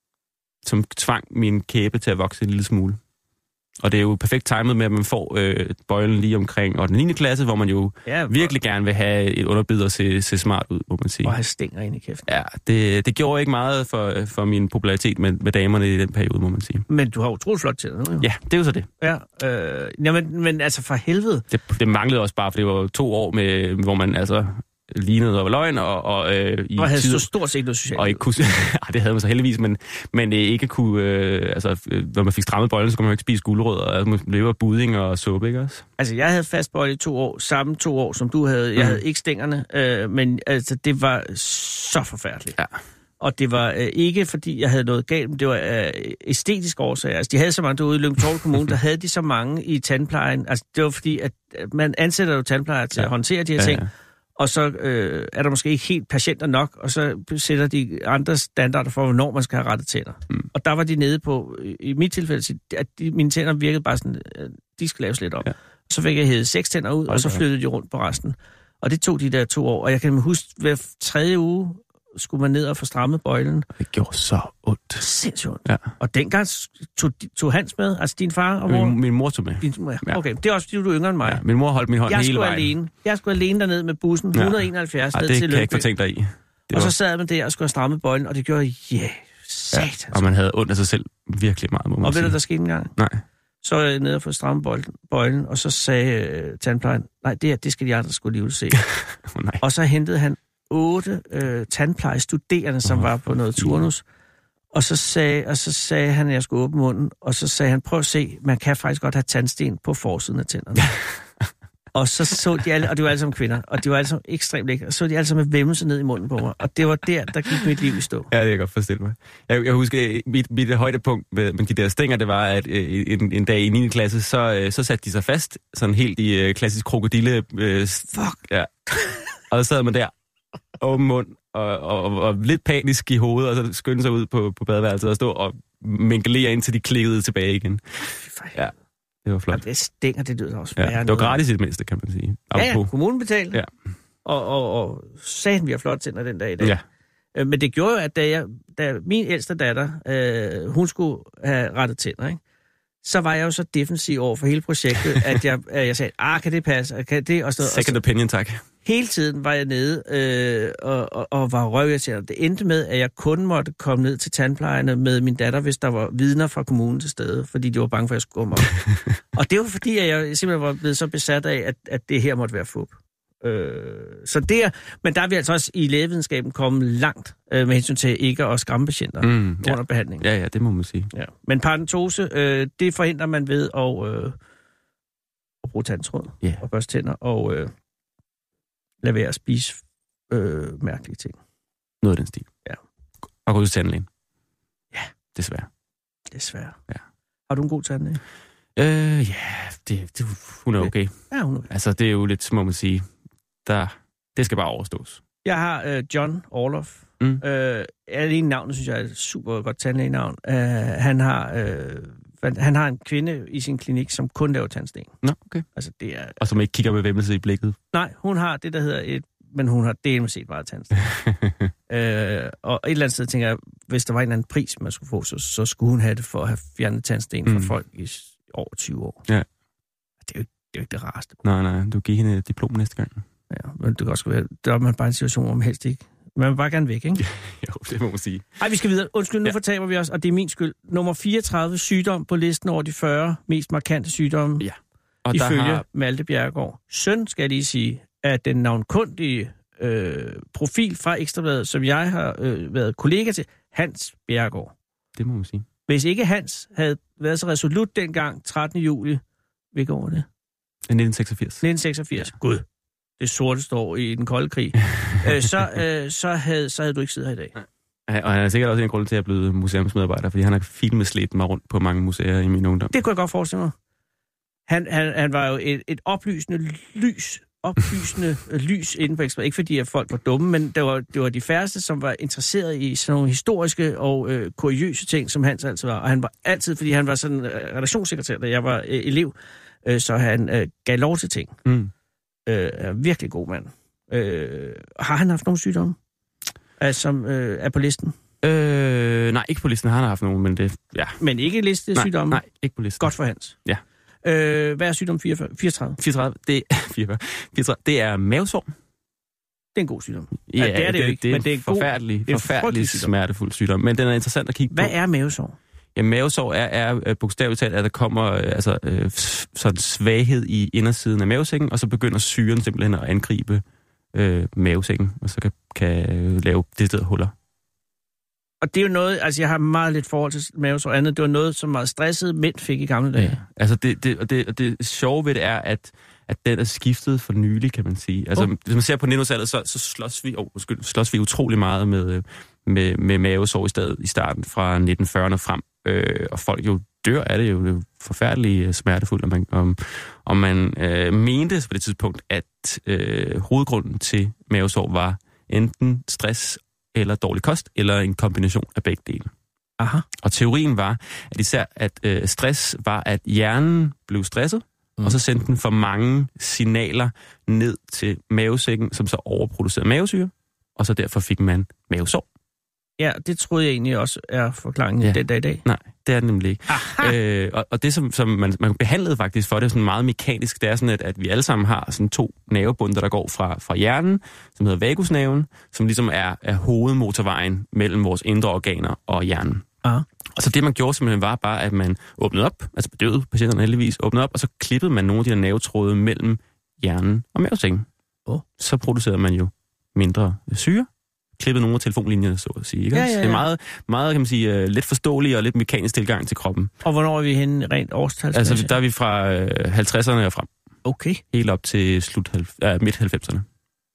som tvang min kæbe til at vokse en lille smule. Og det er jo perfekt timet med, at man får øh, bøjlen lige omkring ottende og niende klasse, hvor man jo ja, virkelig gerne vil have et underbid og se, se smart ud, må man sige. Og have stænger ind i kæften. Ja, det, det gjorde ikke meget for, for min popularitet med, med damerne i den periode, må man sige. Men du har utroligt flot til det nu, jo. Ja, det er jo så det. Ja, øh, jamen, men altså for helvede. Det, det manglede også bare, for det var to år, med, hvor man altså lignede over løgn, og, og øh, i og havde tid, så stort set noget socialt. og ikke kunne, det havde man så heldigvis, men, men øh, ikke kunne, øh, altså, når man fik strammet bøjlen, så kunne man jo ikke spise gulerødder, og altså, man leve af budding og suppe, ikke også? Altså, jeg havde fast bøjle i to år, samme to år, som du havde. Jeg mm. havde ikke stængerne, øh, men altså, det var så forfærdeligt. Ja. Og det var øh, ikke, fordi jeg havde noget galt, men det var øh, æstetisk årsager. Altså, de havde så mange derude i Lyngby-Taarbæk Kommune, der havde de så mange i tandplejen. Altså, det var fordi, at man ansætter jo tandplejere til ja. at håndtere de her ja, ting. Ja. Og så øh, er der måske ikke helt patienter nok, og så sætter de andre standarder for, hvornår man skal have rettet tænder. Mm. Og der var de nede på, i mit tilfælde, at de, mine tænder virkede bare sådan, at de skal laves lidt op. Ja. Så fik jeg hævet seks tænder ud, okay. og så flyttede de rundt på resten. Og det tog de der to år. Og jeg kan huske, hver tredje uge skulle man ned og få strammet bøjlen. Det gjorde så ondt. Sindssygt ondt. Ja. Og dengang tog, tog Hans med, altså din far og mor? Min, min mor tog med. Din, ja. Okay, det er også, fordi du er yngre end mig. Ja, min mor holdt min hånd jeg hele vejen. Alene. Jeg skulle alene derned med bussen, et hundrede og enoghalvfjerds, ja. ned Ej, til det kan jeg ikke fortænke dig i. Det og var... så sad man der og skulle have strammet bøjlen, og det gjorde, ja, yeah, satans. Ja, og man havde ondt af sig selv virkelig meget, må man og sige. ved du, der skete en gang? Nej. Så er jeg nede og få strammet bøjlen, bøjlen, og så sagde øh, tandplejen, nej, det, her, det skal de andre skulle lige se. oh, nej. Og så hentede han otte øh, tandplejestuderende, som oh, var på noget turnus. Og så, sagde, og så sagde han, at jeg skulle åbne munden, og så sagde han, prøv at se, man kan faktisk godt have tandsten på forsiden af tænderne. Og så så de alle, og det var alle sammen kvinder, og de var alle sammen ekstremt lækre, og så de alle sammen med væmmelse ned i munden på mig. Og det var der, der gik mit liv i stå. Ja, det kan jeg godt forestille mig. Jeg, jeg husker, mit, mit højdepunkt med, med de der stænger, det var, at øh, en, en dag i niende klasse, så, øh, så satte de sig fast, sådan helt i øh, klassisk krokodille. Øh, Fuck! Ja. Og så sad man der, åben mund, og, og, og, og lidt panisk i hovedet, og så skyndte sig ud på, på badeværelset og stå og mingelere, indtil de klikkede tilbage igen. Ja, det var flot. Jamen, det stænger, det lyder også ja, værre. det var gratis i det mindste, kan man sige. Ja, ja, kommunen betalte. Ja. Og, og, og sagde, vi har flot tænder den dag i dag. Ja. Men det gjorde jo, at da, jeg, da min ældste datter, øh, hun skulle have rettet tænder, ikke? Så var jeg jo så defensiv over for hele projektet, at jeg, at jeg sagde, ah, kan det passe? Kan det? Og så, Second og så, opinion, tak. Hele tiden var jeg nede øh, og, og, og var røvirriteret. Det endte med, at jeg kun måtte komme ned til tandplejerne med min datter, hvis der var vidner fra kommunen til stede, fordi de var bange for, at jeg skulle gå mig. Og det var fordi, at jeg simpelthen var blevet så besat af, at, at det her måtte være fup. Øh, så det er, men der er vi altså også i lægevidenskaben kommet langt øh, med hensyn til ikke at skræmme patienter mm, under ja. behandlingen. Ja, ja, det må man sige. Ja. Men paradentose, øh, det forhindrer man ved at, øh, at bruge tandtråd yeah. og børste tænder og øh, lade være at spise øh, mærkelige ting. Noget af den stil. Ja. Og gå til tandlægen. Ja. Desværre. Desværre. Ja. Har du en god tandlæge? Øh, ja, det, det, hun er okay. Ja, hun er okay. Altså, det er jo lidt, må man sige, der, det skal bare overstås. Jeg har øh, John Orloff. Mm. Øh, alene navnet, synes jeg er et super godt tandlægenavn. Øh, han har... Øh, Han har en kvinde i sin klinik, som kun laver tandsten. Nå, okay. Altså, det er... Og som ikke kigger med væmmelse i blikket? Nej, hun har det, der hedder et men hun har delt med set meget tandsten. øh, og et eller andet sted tænker jeg, hvis der var en eller anden pris, man skulle få, så, så skulle hun have det for at have fjernet tandsten fra mm. folk i over tyve år. Ja. Det er jo, det er jo ikke det rareste. Nej, nej, du giver hende et diplom næste gang. Ja, men det kan også være, der er man bare en situation, hvor man helst ikke. Man vil bare gerne væk, ikke? Jo, det må man sige. Ej, vi skal videre. Undskyld, nu ja. fortaber vi os, og det er min skyld. Nummer fireogtredive sygdom på listen over de fyrre mest markante sygdomme. Ja. Og ifølge der har... Malte Bjerregaard. Søn, skal jeg lige sige, er den navnkundige øh, profil fra Ekstrabladet, som jeg har øh, været kollega til, Hans Bjerregaard. Det må man sige. Hvis ikke Hans havde været så resolut dengang, trettende juli, hvilket år er det? nitten seksogfirs. nitten seksogfirs. Ja. Gud, det sorte står i den kolde krig. øh, så, øh, så, havde, så havde du ikke siddet her i dag. Ja, og han er sikkert også en grund til, at jeg er blevet museumsmedarbejder, fordi han har filmeslæbt mig rundt på mange museer i min ungdom. Det kunne jeg godt forestille mig. Han, han, han var jo et, et oplysende lys, oplysende lys inden for Ekstrabladet. Ikke fordi, at folk var dumme, men det var, det var de færreste, som var interesseret i sådan nogle historiske og øh, kuriøse ting, som Hans altid var. Og han var altid, fordi han var sådan øh, redaktionssekretær, da jeg var øh, elev, øh, så han øh, gav lov til ting. Mm. Øh, er virkelig god mand. Øh, har han haft nogle sygdomme, altså, som øh, er på listen? Øh, nej, ikke på listen. Han har haft nogen, men det... Ja. Men ikke liste sygdomme? Nej, nej, ikke på listen. Godt for Hans. Ja. Øh, hvad er sygdom fireogfyrre? fireogtredive? fireogtredive, det, fireogfyrre, fireogtredive, det er mavesår. Det er en god sygdom. Ja, ja det er det, det jo ikke, det er men det er en forfærdelig, god, forfærdelig smertefuld sygdom. Men den er interessant at kigge hvad på. Hvad er mavesår? Ja, mavesår er, er bogstaveligt talt, at der kommer altså, øh, sådan svaghed i indersiden af mavesækken, og så begynder syren simpelthen at angribe øh, mavesækken, og så kan, kan lave deciderede huller. Og det er jo noget, altså jeg har meget lidt forhold til mavesår andet, det var noget, som meget stressede mænd fik i gamle dage. Ja, altså det, det, og det, og det sjove ved det er, at, at den er skiftet for nylig, kan man sige. Altså, oh. Hvis man ser på nitten-tallet, så, så slås, vi, oh, undskyld, slås vi utrolig meget med, med, med mavesår i, stedet, i starten fra nitten fyrrerne frem. Øh, og folk jo dør af det, jo, det er jo forfærdeligt smertefuldt, om man, om, om man øh, mente på det tidspunkt, at øh, hovedgrunden til mavesår var enten stress eller dårlig kost, eller en kombination af begge dele. Aha. Og teorien var, at især at øh, stress var, at hjernen blev stresset, mm. og så sendte den for mange signaler ned til mavesækken, som så overproducerede mavesyre, og så derfor fik man mavesår. Ja, det troede jeg egentlig også er forklaringen ja. den dag i dag. Nej, det er det nemlig ikke. Øh, og, og det, som, som man, man behandlede faktisk for, det er sådan meget mekanisk, det er sådan, at, at vi alle sammen har sådan to nervebunder, der går fra, fra hjernen, som hedder vagusnerven, som ligesom er, er hovedmotorvejen mellem vores indre organer og hjernen. Aha. Og så det, man gjorde simpelthen, var bare, at man åbnede op, altså bedøvede patienterne heldigvis, åbnede op, og så klippede man nogle af de her nervetråde mellem hjernen og mavesækken. Oh. Så producerede man jo mindre syre, klippet nogle af telefonlinjerne, så at sige. Ikke? Ja, ja, ja. Det er meget, meget kan man sige, uh, lidt forståelig og lidt mekanisk tilgang til kroppen. Og hvornår er vi henne rent årstalsmæssigt? Altså, der er vi fra uh, halvtredserne og frem. Okay. Helt op til slut uh, midt halvfemserne.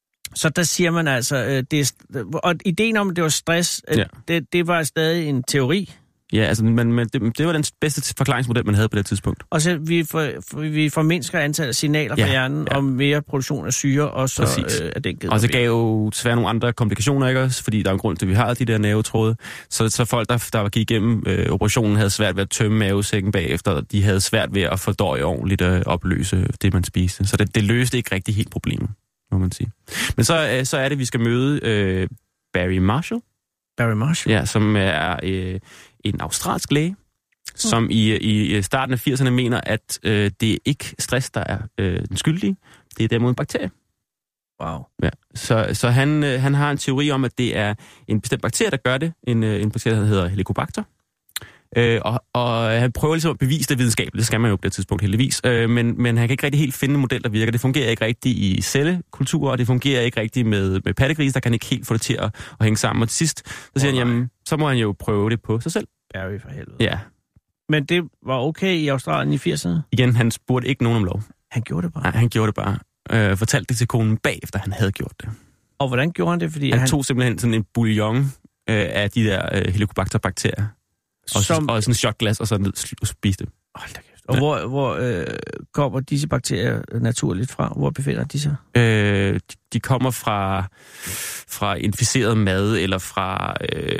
Så der siger man altså, uh, det er, og ideen om, at det var stress, uh, ja. det, det var stadig en teori. Ja, altså, men, men det, det var den bedste forklaringsmodel, man havde på det tidspunkt. Og så vi, for, for, vi formindsker antallet af signaler fra ja, hjernen, ja. og mere produktion af syre, og så øh, er den givet. Og så gav jo desværre nogle andre komplikationer, ikke også? Fordi der er en grund til, at vi har de der nervetråde. Så, så folk, der, der gik igennem øh, operationen, havde svært ved at tømme mavesækken bagefter. De havde svært ved at fordøje ordentligt og opløse det, man spiste. Så det, det løste ikke rigtig helt problemet, må man sige. Men så, øh, så er det, at vi skal møde øh, Barry Marshall. Barry Marshall? Ja, som er øh, en australsk læge, som mm. i, i starten af firserne mener, at øh, det er ikke stress, der er øh, den skyldige. Det er derimod en bakterie. Wow. Ja, så så han, øh, han har en teori om, at det er en bestemt bakterie, der gør det. En, øh, en bakterie, der hedder Helicobacter. Øh, og, og han prøver ligesom at bevise det videnskabeligt, det skal man jo på det tidspunkt heldigvis, øh, men, men han kan ikke rigtig helt finde en model, der virker. Det fungerer ikke rigtigt i cellekultur, og det fungerer ikke rigtigt med, med pattegris, der kan ikke helt få det til at, at hænge sammen. Og til sidst, så siger oh, han, jamen, så må han jo prøve det på sig selv. Barry for helvede. Ja. Men det var okay i Australien i firserne? Igen, han spurgte ikke nogen om lov. Han gjorde det bare? Nej, han gjorde det bare. Øh, fortalte det til konen bagefter, han havde gjort det. Og hvordan gjorde han det? Fordi han, han tog simpelthen sådan en bouillon øh, af de der øh, Helicobacter-bakterier. Og, Som... og sådan en shotglas, og så ned og spiste det. Hold da kæft. Og ja. hvor, hvor øh, kommer disse bakterier naturligt fra? Hvor befinder de sig? Øh, de kommer fra, fra inficeret mad, eller fra,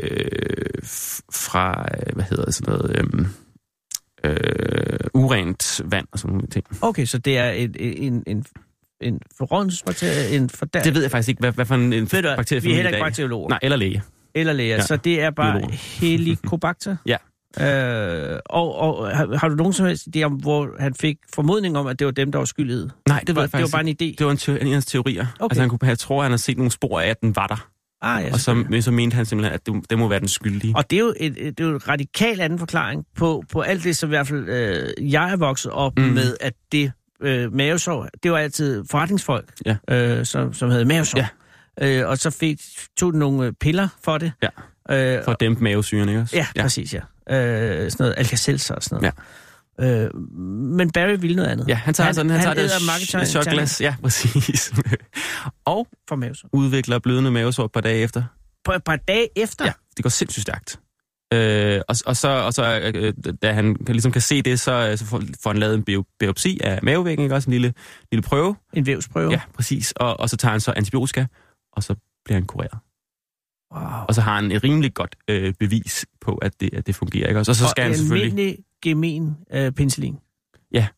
øh, fra hvad hedder det, sådan noget, øh, øh, urent vand og sådan nogle ting. Okay, så det er et, en, en En forrådnelsesbakterie? En forder... Det ved jeg faktisk ikke, hvad, hvad for en, en Ved du, bakterie vi er heller i ikke dag. bakteriologer. Nej, eller læge. Eller læger, ja. Så det er bare Biologer. Helicobacter. Ja. Øh, og og har, har du nogen som helst idé om, hvor han fik formodning om, at det var dem, der var skyldige? Nej, det ved jeg Det var faktisk bare en idé? ikke. Det var en, teori, en af hans teorier. Okay. Altså, han kunne, jeg tror, han har set nogle spor af, at den var der. Ah, ja, og så, men så mente han simpelthen, at det, det må være den skyldige. Og det er jo et, det er jo en radikal anden forklaring på, på alt det, som i hvert fald øh, jeg er vokset op mm. med, at det øh, mavesår, det var altid forretningsfolk, ja. øh, som, som havde mavesår. Ja. Øh, og så fik, tog de nogle piller for det. Ja. Øh, for at dæmpe mavesyren, ikke også? Ja, ja. præcis, ja. Øh, sådan noget Alka-Seltzer og sådan noget. Ja. Øh, men Barry ville noget andet. Ja, han tager, han, sådan, han, han tager det shotglas. Ja, præcis. Og for mavesår. Udvikler blødende mavesår et par dage efter. På et par dage efter? Ja, det går sindssygt stærkt. Øh, og, og så, og så øh, da han ligesom kan se det, så, så får, får han lavet en biopsi af mavevæggen, ikke også? En lille, lille prøve. En vævsprøve? Ja, præcis. Og, og så tager han så antibiotika, og så bliver han kureret. Wow. Og så har han et rimelig godt øh, bevis på, at det, at det fungerer, ikke også? Og så skal og han selvfølgelig... almindelig gemen øh, penicillin? Ja.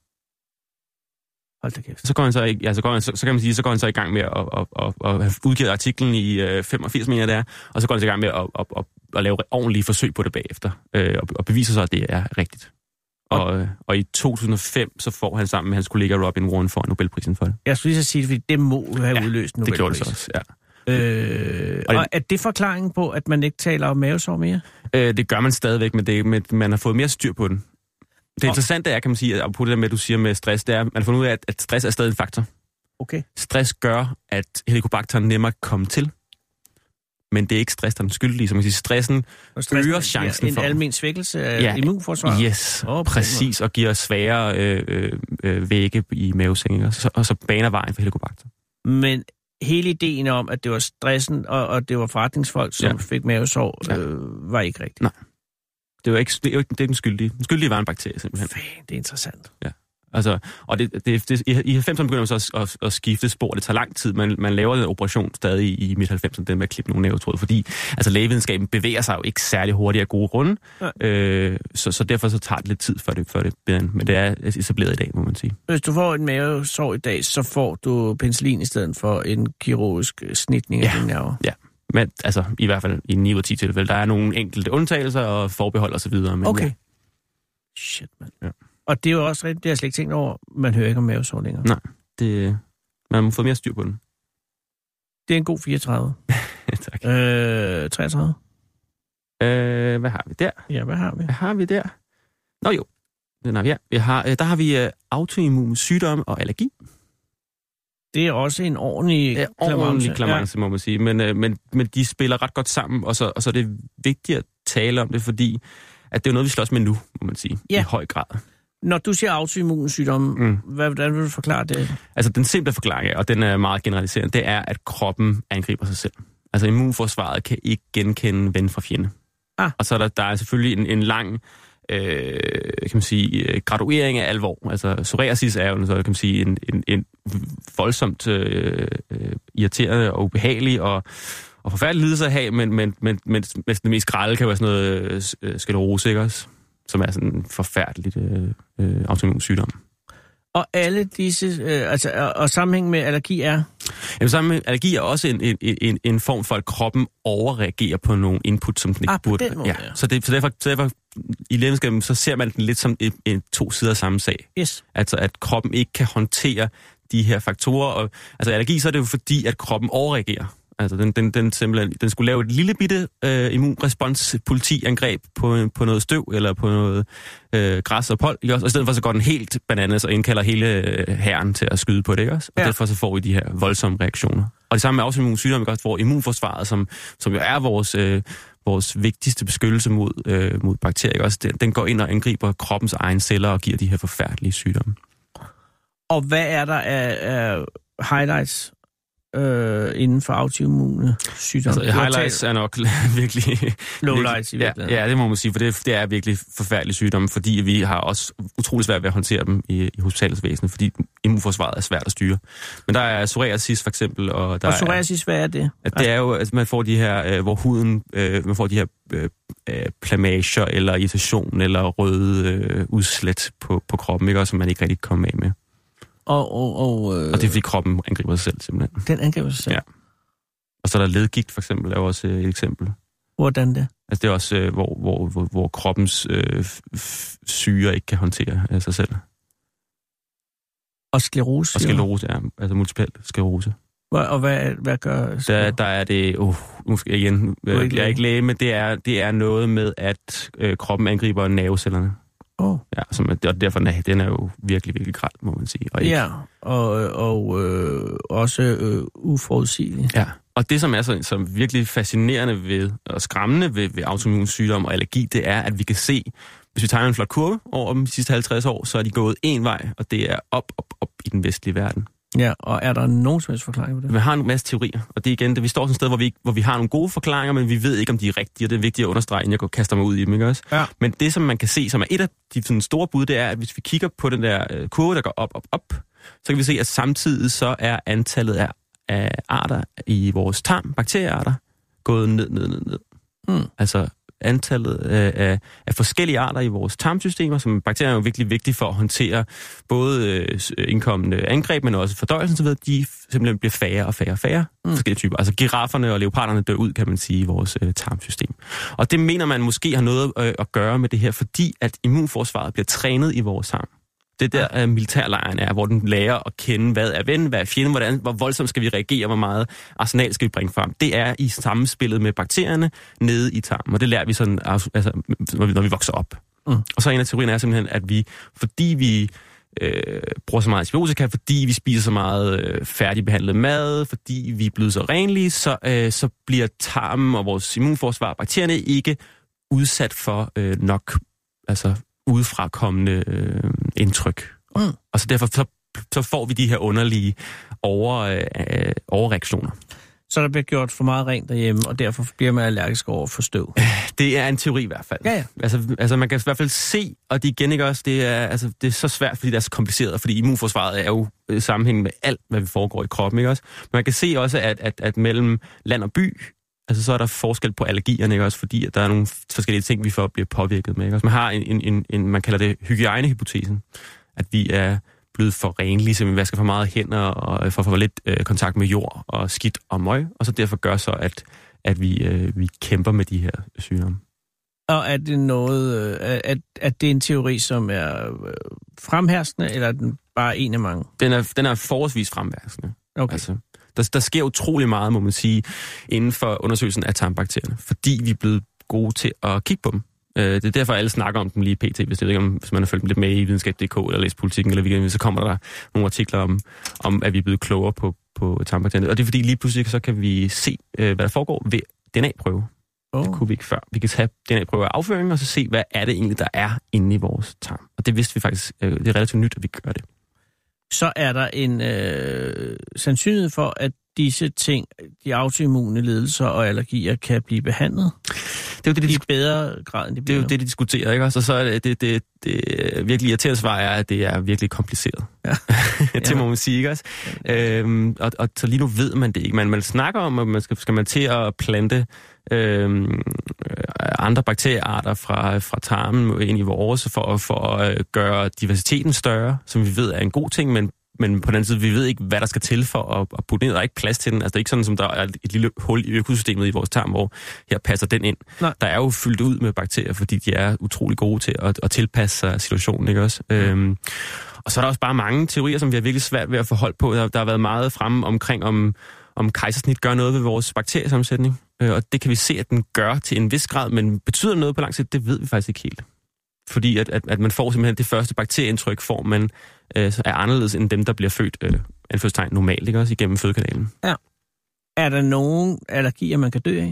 Hold da kæft. Så går han så, ja, så, går han, så, så kan man sige, så går han så i gang med at, at, at, at have udgivet artiklen i øh, femogfirs, mener det er, og så går han så i gang med at, at, at, at lave ordentlige forsøg på det bagefter, øh, og, og beviser så, at det er rigtigt. Og, og i to tusind og fem, så får han sammen med hans kollega Robin Warren for Nobelprisen for det. Jeg skulle lige så sige det, fordi det må have ja, udløst Nobelprisen. Det gjorde det så også, ja. Øh, og, og er det forklaringen på, at man ikke taler om mavesår mere? Øh, det gør man stadigvæk, men det, med, man har fået mere styr på den. Det interessante er, kan man sige, at på det der med, at du siger med stress, det er, at man har fundet ud af, at stress er stadig en faktor. Okay. Stress gør, at helicobacter nemmere kan komme til. Men det er ikke stress, der er den skyldige. Så man siger, stressen øger chancen en for... En almen svækkelse af ja, immunforsvaret? Yes, oh, præcis. Og giver svære øh, øh, vægge i mavesækken. Og så, og så baner vejen for helicobacter. Men hele ideen om, at det var stressen, og, og det var forretningsfolk, som ja. fik mavesår, øh, ja. var ikke rigtigt. Nej. Det var ikke, det er jo ikke, det er den skyldige. Den skyldige var en bakterie, simpelthen. Fæh, det er interessant. Ja. Altså, og det, det, det, i halvfemserne begynder man så at, at, at skifte spor. Det tager lang tid. Man, man laver en operation stadig i midt halvfemserne, den med at klippe nogle nævetråd, fordi altså, lægevidenskaben bevæger sig jo ikke særlig hurtigt af gode grunde. Øh, så, så derfor så tager det lidt tid, før det, før det bliver en, men det er etableret i dag, må man sige. Hvis du får en mavesår i dag, så får du penicillin i stedet for en kirurgisk snitning af ja. dine nerver. Ja. Men altså, i hvert fald i ni ud af ti tilfælde. Der er nogle enkelte undtagelser og forbehold og så videre. Men okay. Ja. Shit, mand. Ja. Og det er jo også rigtigt, det har jeg slet ikke tænkt over. Man hører ikke om mavesår længere. Nej, det, man må få mere styr på den. Det er en god fireogtredive. Tak. Øh, treogtredive. Øh, hvad har vi der? Ja, hvad har vi? Hvad har vi der? Nå jo, den har vi her. Vi har, der har vi uh, autoimmun sygdomme og allergi. Det er også en ordentlig ja, ordentlig klamance, ja. må man sige. Men, uh, men, men de spiller ret godt sammen, og så, og så er det vigtigt at tale om det, fordi at det er noget, vi slås med nu, må man sige, ja. i høj grad. Når du siger autoimmun sygdomme, mm. hvordan vil du forklare det? Altså, den simple forklaring, og den er meget generaliserende, det er, at kroppen angriber sig selv. Altså, immunforsvaret kan ikke genkende ven fra fjende. Ah. Og så er der, der er selvfølgelig en, en lang øh, kan man sige, graduering af alvor. Altså, psoriasis er jo så, kan man sige, en, en, en voldsomt øh, irriterende og ubehagelig og og forfærdelig lidelse at have, men, men, men, men, men det mest grælde kan være sådan noget øh, sklerose, ikke også? Som er sådan en forfærdelig øh, øh, autoimmun sygdom. Og alle disse, øh, altså, og, og sammenhæng med allergi er? Jamen, sammen med allergi er også en, en, en, en form for, at kroppen overreagerer på nogle input, som den ikke ah, burde. Måde, ja. Ja. Så, det, så, derfor, så derfor, i lægevidenskaben, så ser man den lidt som en, en to sider af samme sag. Yes. Altså, at kroppen ikke kan håndtere de her faktorer. Og, altså, allergi, så er det jo fordi, at kroppen overreagerer. Altså, den, den, den, simpelthen, den skulle lave et lille bitte øh, immunrespons-politiangreb på, på noget støv eller på noget øh, græs og polk, og i stedet for så går den helt bananas og indkalder hele øh, hæren til at skyde på det, ikke også? Og ja. derfor så får vi de her voldsomme reaktioner. Og det samme med autoimmun sygdom, ikke også, hvor immunforsvaret, som, som jo er vores, øh, vores vigtigste beskyttelse mod, øh, mod bakterier, ikke også, den, den går ind og angriber kroppens egne celler og giver de her forfærdelige sygdomme. Og hvad er der af, af highlights Øh, inden for autoimmune sygdomme? Altså, highlights er nok virkelig... Lowlights i virkeligheden. Ja, ja, det må man sige, for det, det er virkelig forfærdelige sygdomme, fordi vi har også utrolig svært ved at håndtere dem i, i hospitalsvæsenet, fordi immunforsvaret er svært at styre. Men der er psoriasis for eksempel, og der og psoriasis, er, hvad er det? At det er jo, at man får de her, øh, hvor huden, øh, man får de her øh, plamager, eller irritation, eller røde øh, udslæt på, på kroppen, ikke? Også, som man ikke rigtig kommer af med. Og, og, og, øh, og det er fordi kroppen angriber sig selv, simpelthen. Den angriber sig selv? Ja. Og så er der ledgigt, for eksempel, er også et eksempel. Hvordan det? Altså det er også, øh, hvor, hvor, hvor, hvor kroppens øh, f- syre ikke kan håndtere øh, sig selv. Og sklerose? Og sklerose, ja. Altså multipel sklerose. Og hvad, hvad gør der, der er det, uh, nu skal jeg igen, øh, jeg er ikke læge, men det er, det er noget med, at øh, kroppen angriber nervecellerne. Oh. Ja, som, og derfor, nej, den er jo virkelig, virkelig græld, må man sige. Og ikke... Ja, og, og øh, også øh, uforudsigelig. Ja, og det, som er så, så virkelig fascinerende ved, og skræmmende ved, ved autoimmun sygdom og allergi, det er, at vi kan se, hvis vi tager en flot kurve over de sidste halvtreds år, så er de gået en vej, og det er op, op, op i den vestlige verden. Ja, og er der nogen som helst forklaring på det? Vi har en masse teorier, og det er igen, det, vi står sådan et sted, hvor vi, hvor vi har nogle gode forklaringer, men vi ved ikke, om de er rigtige, og det er vigtigt at understrege, inden jeg går kaster mig ud i dem, ikke også? Ja. Men det, som man kan se, som er et af de sådan, store bud, det er, at hvis vi kigger på den der øh, kurve, der går op, op, op, så kan vi se, at samtidig så er antallet af, af arter i vores tarm, bakteriearter, gået ned, ned, ned, ned. Mm. Altså antallet af, af, af forskellige arter i vores tarmsystemer, som bakterier er jo virkelig vigtige for at håndtere både øh, indkommende angreb, men også fordøjelsen, så ved de simpelthen bliver færre og færre og færre mm. forskellige typer. Altså girafferne og leoparderne dør ud, kan man sige, i vores øh, tarmsystem. Og det mener man måske har noget øh, at gøre med det her, fordi at immunforsvaret bliver trænet i vores tarm. Det der uh, militærlejren er, hvor den lærer at kende, hvad er ven, hvad er fjenden, hvordan, hvor voldsomt skal vi reagere, hvor meget arsenal skal vi bringe frem. Det er i samspillet med bakterierne nede i tarmen, og det lærer vi sådan, altså, når, vi, når vi vokser op. Mm. Og så en af teorierne er simpelthen, at vi, fordi vi øh, bruger så meget antibiotika, fordi vi spiser så meget øh, færdigbehandlet mad, fordi vi er blevet så renlige, så, øh, så bliver tarmen og vores immunforsvar, bakterierne, ikke udsat for øh, nok, altså udefrakommende øh, indtryk. Mm. Og så derfor så, så får vi de her underlige over, øh, overreaktioner. Så der bliver gjort for meget rent derhjemme, og derfor bliver man allergisk over for støv? Det er en teori i hvert fald. Ja, ja. Altså, altså man kan i hvert fald se, og det igen ikke også, det er, altså, det er så svært, fordi det er så kompliceret, fordi immunforsvaret er jo øh, sammenhængende med alt, hvad vi foregår i kroppen, ikke også? Men man kan se også, at, at, at mellem land og by, altså så er der forskel på allergierne, ikke også? Fordi at der er nogle forskellige ting, vi får bliver påvirket med, ikke også? Man har en, en, en, man kalder det hygiejnehypotesen, at vi er blevet for renlige, så vi vasker for meget hænder og får for lidt øh, kontakt med jord og skidt og møg, og så derfor gør så, at, at vi, øh, vi kæmper med de her sygdomme. Og er det noget, øh, at, at det er en teori, som er øh, fremherskende, eller er den bare en af mange? Den er, den er forholdsvis fremherskende. Okay. Altså, der, der sker utrolig meget, må man sige, inden for undersøgelsen af tarmbakterierne, fordi vi er blevet gode til at kigge på dem. Det er derfor, alle snakker om dem lige pt. Hvis, det, hvis man har følt lidt med i videnskab punktum d k eller læst Politikken, eller weekenden, så kommer der nogle artikler om, om at vi er blevet klogere på, på tarmbakterierne. Og det er fordi lige pludselig, så kan vi se, hvad der foregår ved D N A-prøve. Oh. Det kunne vi ikke før. Vi kan tage D N A-prøve af afføringen, og så se, hvad er det egentlig, der er inde i vores tarm. Og det vidste vi faktisk, det er relativt nyt, at vi gør det. Så er der en øh, sandsynlighed for, at disse ting, de autoimmune lidelser og allergier, kan blive behandlet? Det er jo det, de i bedre grad, end de Det er jo det, de diskuterer, ikke også? Og så er det, det, det, det virkelig irriterende svar er, at det er virkelig kompliceret. Ja. Det må man sige, ikke også? Ja. Øhm, og, og så lige nu ved man det ikke. Man, man snakker om, at man skal, skal man til at plante øhm, andre bakteriearter fra, fra tarmen ind i vores, for, for at gøre diversiteten større, som vi ved er en god ting, men Men på den anden side, vi ved ikke, hvad der skal til for at, at putte ind. Der er ikke plads til den. Altså, det er ikke sådan, som der er et lille hul i økosystemet i vores tarm, hvor her passer den ind. Nej. Der er jo fyldt ud med bakterier, fordi de er utrolig gode til at, at tilpasse sig situationen, ikke også? Mm. Øhm, og så er der også bare mange teorier, som vi har virkelig svært ved at forholde på. Der, der har været meget fremme omkring, om, om kejsersnit gør noget ved vores bakteriesammensætning. Øh, og det kan vi se, at den gør til en vis grad, men betyder noget på lang sigt, det ved vi faktisk ikke helt. Fordi at, at, at man får simpelthen det første bakterieindtryk, får man øh, er anderledes end dem, der bliver født øh, anførselstegn normalt, ikke også, igennem fødekanalen. Ja. Er der nogen allergier, man kan dø af?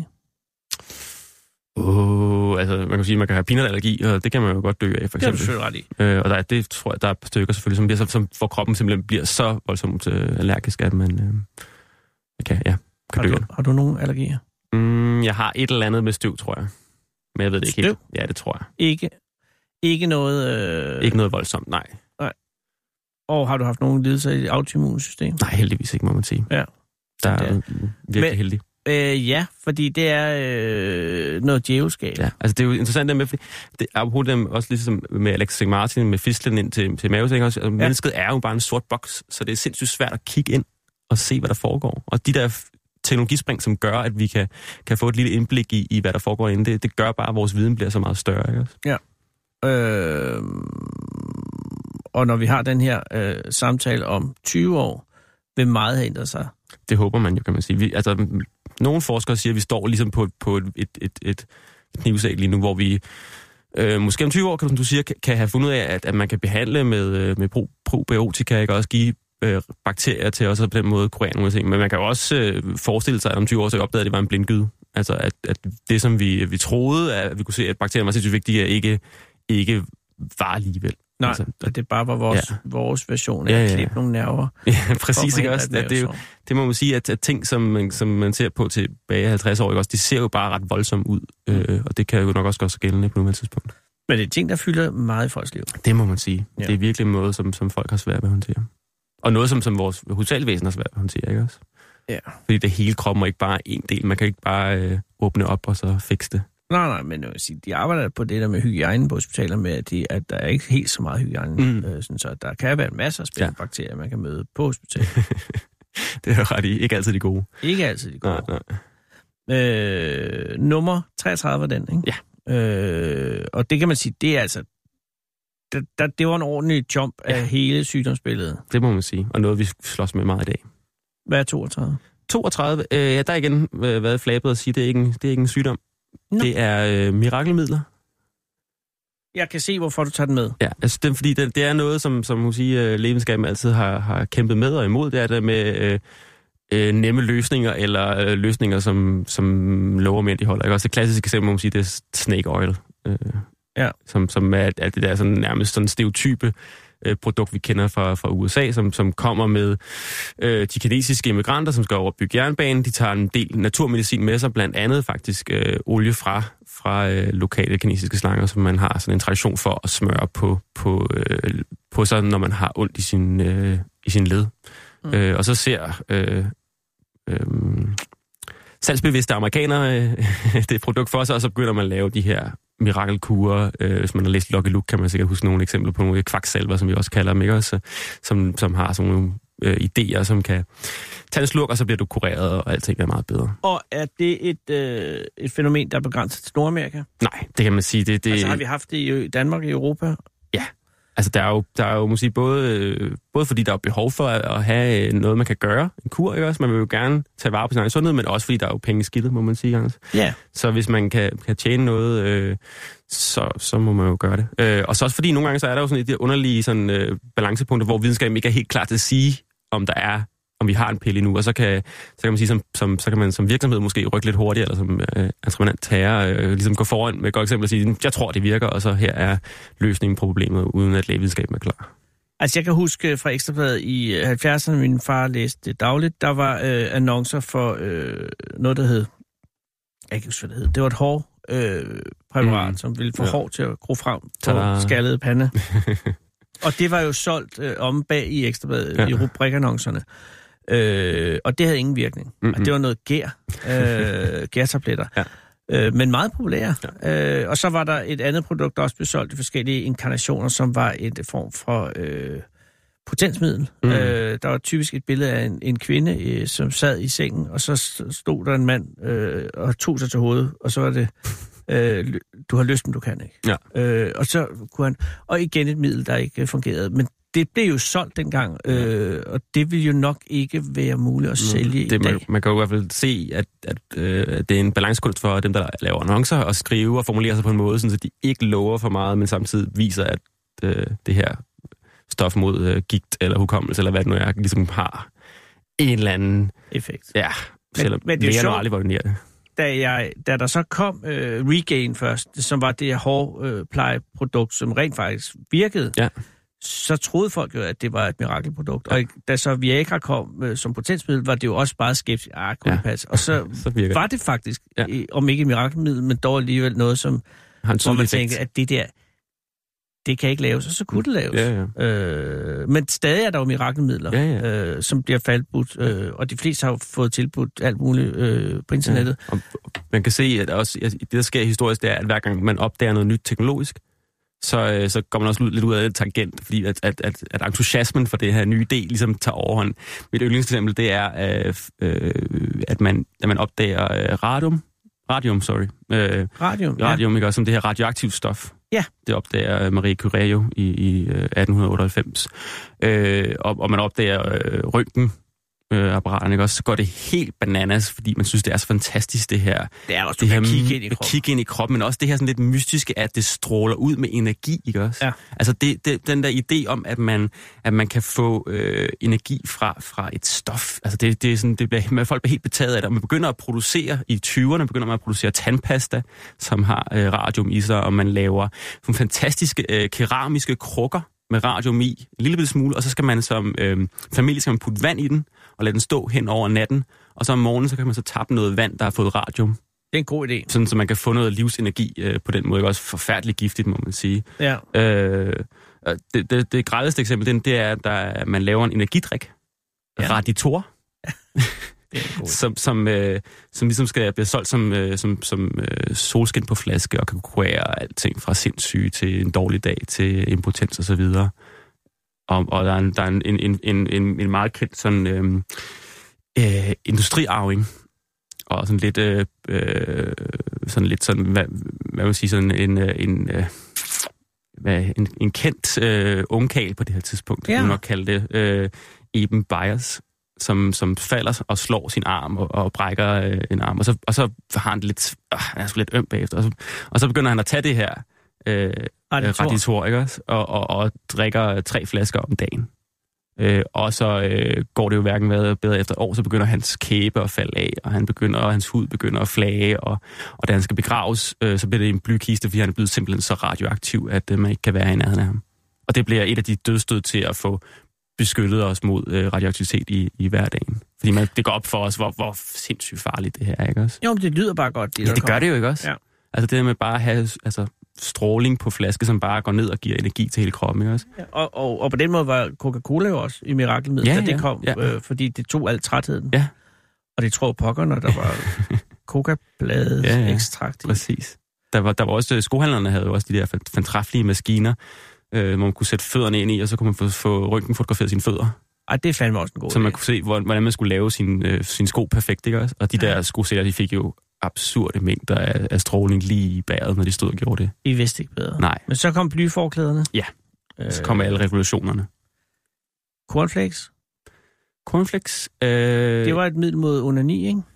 Åh, oh, altså man kan sige, at man kan have peanut-allergi, og det kan man jo godt dø af, for eksempel. Det er du ret i. Øh, og der, det tror jeg, der er et par stykker selvfølgelig, som, bliver, som for kroppen simpelthen bliver så voldsomt øh, allergisk, at man øh, kan, ja, kan dø af. Har du nogen allergier? Mm, jeg har et eller andet med støv, tror jeg. Men jeg ved det ikke helt. Ja, det tror jeg. Ikke? Ikke noget... Øh... Ikke noget voldsomt, nej. Nej. Og har du haft nogen lidelser i det autoimmune system? Nej, heldigvis ikke, må man sige. Ja. Der er virkelig Men, heldig. Øh, ja, fordi det er øh, noget djævelskab. Ja, altså det er jo interessant det med, fordi det er jo dem også ligesom med Alex Saint Martin, med fistlen ind til, til mavesæk også. Altså, ja. Mennesket er jo bare en sort boks, så det er sindssygt svært at kigge ind og se, hvad der foregår. Og de der teknologispring, som gør, at vi kan, kan få et lille indblik i, i hvad der foregår inde, det, det gør bare, at vores viden bliver så meget større. Ikke? Ja. Øh, og når vi har den her øh, samtale om tyve år, vil meget have ændret sig. Det håber man jo, kan man sige. Vi, altså, nogle forskere siger, at vi står ligesom på, på et, et, et, et knivsæg lige nu, hvor vi øh, måske om tyve år, som du siger, kan, kan have fundet ud af, at, at man kan behandle med, med pro, probiotika, ikke også give øh, bakterier til også på den måde kurere nogle ting. Men man kan jo også øh, forestille sig, at om tyve år så opdagede, at det var en blindgyde. Altså, at, at det, som vi, vi troede, at vi kunne se, at bakterierne var sindssygt vigtige, ikke, ikke var alligevel. Nej, altså, at det bare var vores, ja. vores version af ja, ja, ja. at klippe nogle nerver. Ja, præcis. Ikke også? At det, jo, det må man sige, at, at ting, som man, som man ser på tilbage halvtreds år, ikke også, de ser jo bare ret voldsomt ud. Mm. Øh, og det kan jo nok også gøre sig gældende på nuværende tidspunkt. Men det er ting, der fylder meget i folks liv. Det må man sige. Ja. Det er virkelig noget, som, som folk har svært ved at håndtere. Og noget, som, som vores hospitalvæsen har svært ved at håndtere, ikke også? Ja. Fordi det hele kroppen er ikke bare en del. Man kan ikke bare øh, åbne op og så fikse det. Nej, nej, men jeg vil sige, de arbejder på det der med hygiejnen på hospitaler med, at, de, at der er ikke helt så meget hygiejne. Mm. Øh, sådan, så der kan være masser af spændende ja. bakterier, man kan møde på hospitalet. Det er jo ret i. Ikke altid de gode. Ikke altid de gode. Nej, nej. Øh, nummer treogtredive var den, ikke? Ja. Øh, og det kan man sige, det er altså... Der, der, det var en ordentlig jump ja. af hele sygdomsbilledet. Det må man sige, og noget, vi slås med meget i dag. Hvad er toogtredive? toogtredive? Øh, ja, der er igen øh, været flabet at sige, det er ikke en, det er ikke en sygdom. Nå. Det er øh, mirakelmidler. Jeg kan se, hvorfor du tager den med. Ja, altså det, fordi det, det er noget, som, som hun siger, øh, levenskaben altid har, har kæmpet med og imod. Det er det med øh, øh, nemme løsninger, eller øh, løsninger, som, som lover mere, de holder. Ikke? Også det klassiske eksempel, må man sige, det er snake oil. Øh, ja. Som, som er, er det der sådan, nærmest sådan stereotype øh, produkt, vi kender fra, fra U S A, som, som kommer med øh, de kinesiske immigranter, som skal over bygge jernbanen. De tager en del naturmedicin med sig, blandt andet faktisk øh, olie fra, fra øh, lokale kinesiske slanger, som man har sådan en tradition for at smøre på, på, øh, på sig, når man har ondt i sin, øh, i sin led. Mm. Øh, og så ser øh, øh, salgsbevidste amerikanere øh, det produkt for sig, og så begynder man at lave de her mirakelkurer. Øh, hvis man har læst Lucky Luke, kan man sikkert huske nogle eksempler på nogle kvaksalver, som vi også kalder dem, ikke? Også, som, som har sådan nogle øh, idéer, som kan tage en slurk, og så bliver du kureret, og alting er meget bedre. Og er det et, øh, et fænomen, der er begrænset til Nordamerika? Nej, det kan man sige. Det, det... Altså har vi haft det i Danmark og i Europa? Ja. Altså, der er jo, der er jo måske både, øh, både fordi der er behov for at, at have noget, man kan gøre, en kur, ikke også? Man vil jo gerne tage vare på sin egen sundhed, men også fordi der er jo penge i skidtet, må man sige. Altså. Ja. Så hvis man kan, kan tjene noget, øh, så, så må man jo gøre det. Øh, og så også fordi nogle gange, så er der jo sådan et underlige sådan, øh, balancepunkter, hvor videnskaben ikke er helt klar til at sige, om der er, om vi har en pille nu, og så kan, så kan man sige, som, som, så kan man som virksomhed måske rykke lidt hurtigere, eller som øh, entreprenant tager, øh, ligesom gå foran med et godt eksempel og sige, jeg tror, det virker, og så her er løsningen på problemet, uden at lægevidenskaben er klar. Altså, jeg kan huske fra Ekstrabladet i halvfjerdserne, min far læste det dagligt, der var øh, annoncer for øh, noget, der hed, jeg kan ikke huske, hvad det hed, det var et hår øh, præparat, mm. som ville få ja. hår til at gro frem på Tada. skaldede pande. Og det var jo solgt øh, om bag i Ekstrabladet, ja. i rubrikannoncerne. Øh, og det havde ingen virkning. Mm-hmm. Og det var noget gær, øh, gærtabletter. Ja. Øh, men meget populære. Ja. Øh, og så var der et andet produkt, der også blev solgt i forskellige inkarnationer, som var et form for øh, potensmiddel. Mm. Øh, der var typisk et billede af en, en kvinde, øh, som sad i sengen, og så stod der en mand øh, og tog sig til hovedet, og så var det, øh, du har lyst, men du kan ikke. Ja. Øh, og så kunne han, og igen et middel, der ikke fungerede. Men det blev jo solgt dengang, øh, og det vil jo nok ikke være muligt at sælge mm, det, i dag. Man, man kan jo i hvert fald se, at, at øh, det er en balancekunst for dem, der laver annoncer, og skrive og formulere sig på en måde, så de ikke lover for meget, men samtidig viser, at øh, det her stof mod øh, gigt eller hukommelse, eller hvad det nu er, ligesom har en eller anden effekt. Ja, selvom men, men det er jo aldrig vurderer det. Da, jeg, da der så kom øh, Regain først, som var det hårplejeprodukt, øh, som rent faktisk virkede, ja. så troede folk jo, at det var et mirakelprodukt. Ja. Og da så Viagra kom øh, som potensmiddel, var det jo også bare skeptisk. Ah, kunne ja. passe. Og så, så var det faktisk, ja. øh, om ikke et mirakelmiddel, men dog alligevel noget, som hvor man tænkte, at det der, det kan ikke laves, og så kunne det laves. Ja, ja. Øh, men stadig er der jo mirakelmidler, ja, ja. Øh, som bliver faldbudt, øh, og de fleste har jo fået tilbudt alt muligt øh, på internettet. Ja. Og man kan se, at også, at det, der sker historisk, det er, at hver gang man opdager noget nyt teknologisk, så, så går man også lidt ud af et tangent, fordi at, at, at, at entusiasmen for det her nye idé ligesom tager overhånd. Mit yndlingseksempel, det er, øh, øh, at man, at man opdager øh, radium, radium, sorry. Øh, radium, radium, ja. ikke også, som det her radioaktivt stof. Ja. Det opdager Marie Curie jo i, i atten otteoghalvfems. Øh, og, og man opdager øh, røntgen, Øh, apparaterne, ikke også, så går det helt bananas, fordi man synes, det er så fantastisk, det her. Det er også, det her kigge ind i kroppen. Kigge ind i kroppen, men også det her sådan lidt mystiske, at det stråler ud med energi, ikke også? Ja. Altså det, det, den der idé om, at man, at man kan få øh, energi fra, fra et stof, altså det, det er sådan, det bliver, folk bliver helt betaget af det, og man begynder at producere, i tyverne begynder man at producere tandpasta, som har øh, radium i sig, og man laver nogle fantastiske øh, keramiske krukker med radium i, en lille bitte smule, og så skal man som øh, familie skal man putte vand i den, og lade den stå hen over natten, og så om morgenen, så kan man så tappe noget vand, der har fået radium. Det er en god idé. Sådan, så man kan få noget livsenergi øh, på den måde. Ikke også forfærdeligt giftigt, må man sige. Ja. Øh, det, det, det grædeste eksempel, det, det er, at der, man laver en energidrik. Ja. Raditor. som, som, øh, som ligesom skal blive solgt som, øh, som, som øh, solskin på flaske, og kan kurere alting fra sindssyge til en dårlig dag, til impotens og så videre. Og, og der er en, der er en, en, en, en, en meget kendt sådan, øh, øh, industriarving, og sådan lidt, øh, øh, sådan lidt sådan, hvad, hvad vil sige, sådan en, en, øh, hvad, en, en kendt øh, ungkarl på det her tidspunkt, ja. Man nok kalde det, øh, Eben Byers, som, som falder og slår sin arm og, og brækker øh, en arm, og så, og så har han det lidt, øh, han er sgu lidt øm bagefter, og så, og så begynder han at tage det her øh, raditor, ikke også? Og, og, og drikker tre flasker om dagen. Øh, og så øh, går det jo hverken bedre efter et år, så begynder hans kæbe at falde af, og han begynder, og hans hud begynder at flage, og, og da han skal begraves, øh, så bliver det en blykiste, fordi han er blevet simpelthen så radioaktiv, at øh, man ikke kan være i nærheden af ham. Og det bliver et af de dødsstød til at få beskyttet os mod øh, radioaktivitet i, i hverdagen. Fordi man, det går op for os, hvor, hvor sindssygt farligt det her er, ikke også? Jo, men det lyder bare godt. Det, ja, det gør det jo, ikke også? Ja. Altså det der med bare at have altså, stråling på flaske, som bare går ned og giver energi til hele kroppen, ikke også? Ja, og, og, og på den måde var Coca-Cola jo også i mirakelmiddel, ja, da det ja, kom, ja. øh, fordi det tog alt trætheden. Ja. Og det tror pokker, når der var coca-bladet ja, ja, ekstrakt i. Præcis. Der var, der var også, skohandlerne havde jo også de der fantraflige maskiner, øh, hvor man kunne sætte fødderne ind i, og så kunne man få, få røntgenfotograferet sine fødder. Ej, det er fandme også en god så idé. Man kunne se, hvordan man skulle lave sin, øh, sin sko perfekt, ikke også? Og de ja. der skosætter, de fik jo absurde mængder af, af stråling lige i bæret, når de stod og gjorde det. I vidste ikke bedre. Nej. Men så kom blyforklæderne. Ja, øh, så kom alle revolutionerne. Cornflakes? Cornflakes? Øh, det var et middel mod onani, ikke?